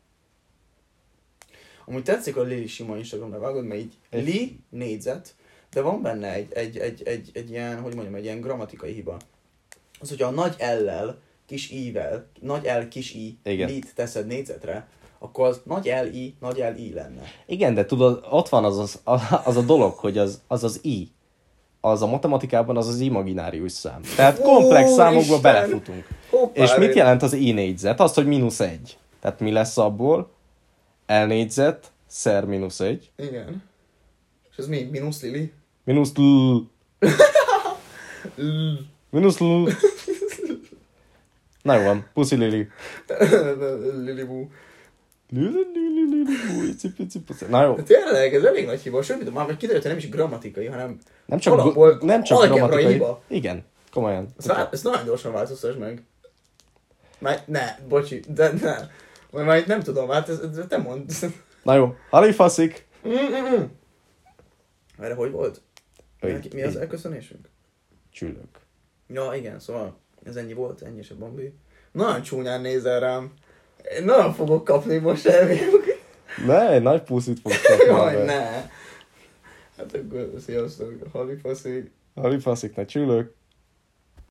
Amúgy tetszik a Lili sima Instagramra, vágod, mert így Egy- Li négyzet, de van benne egy, egy, egy, egy, egy ilyen, hogy mondjam, egy ilyen grammatikai hiba. Az, hogyha a nagy L-lel, kis I-vel, nagy L, kis I, Igen. Lit teszed négyzetre, akkor az nagy L, I, nagy L, I lenne. Igen, de tudod, ott van az az, az a dolog, hogy az az, az i. Az a matematikában az az imaginárius szám. Tehát komplex Ó, számokba Isten! belefutunk. Hoppá, És mit ré- jelent az i négyzet? Azt, hogy mínusz egy. Tehát mi lesz abból? L négyzet, szer mínusz egy. Igen. És ez mi? Minusz Lili? Mínusz l. Mínusz l. Na jó van, puszi Lili. Lili bú. Lili, lili, lili, bú, ici, pici, puszi. Na jó, De tényleg, ez elég nagy hiba. Sőt, már vagy kiderült, hogy nem is grammatikai, hanem nem csak, valahol nem csak algebrai grammatikai. hiba. Igen, komolyan. Ezt, vá- ezt nagyon gyorsan változtass meg. Már, ne, bocsi, de ne. Majd már itt nem tudom, hát ez, ez te mondd. Na jó, halifaszik. Erre hogy volt? Mi, Ögy, mi az ögy. elköszönésünk? Csülök. Ja, igen, szóval ez ennyi volt, ennyi se Bambi. Nagyon csúnyán nézel rám. Én nagyon fogok kapni most elvégül. Ne, egy nagy puszit fogsz kapni. Jaj, haver. ne. Hát akkor sziasztok, halifaszik. Halifaszik, ne csülök.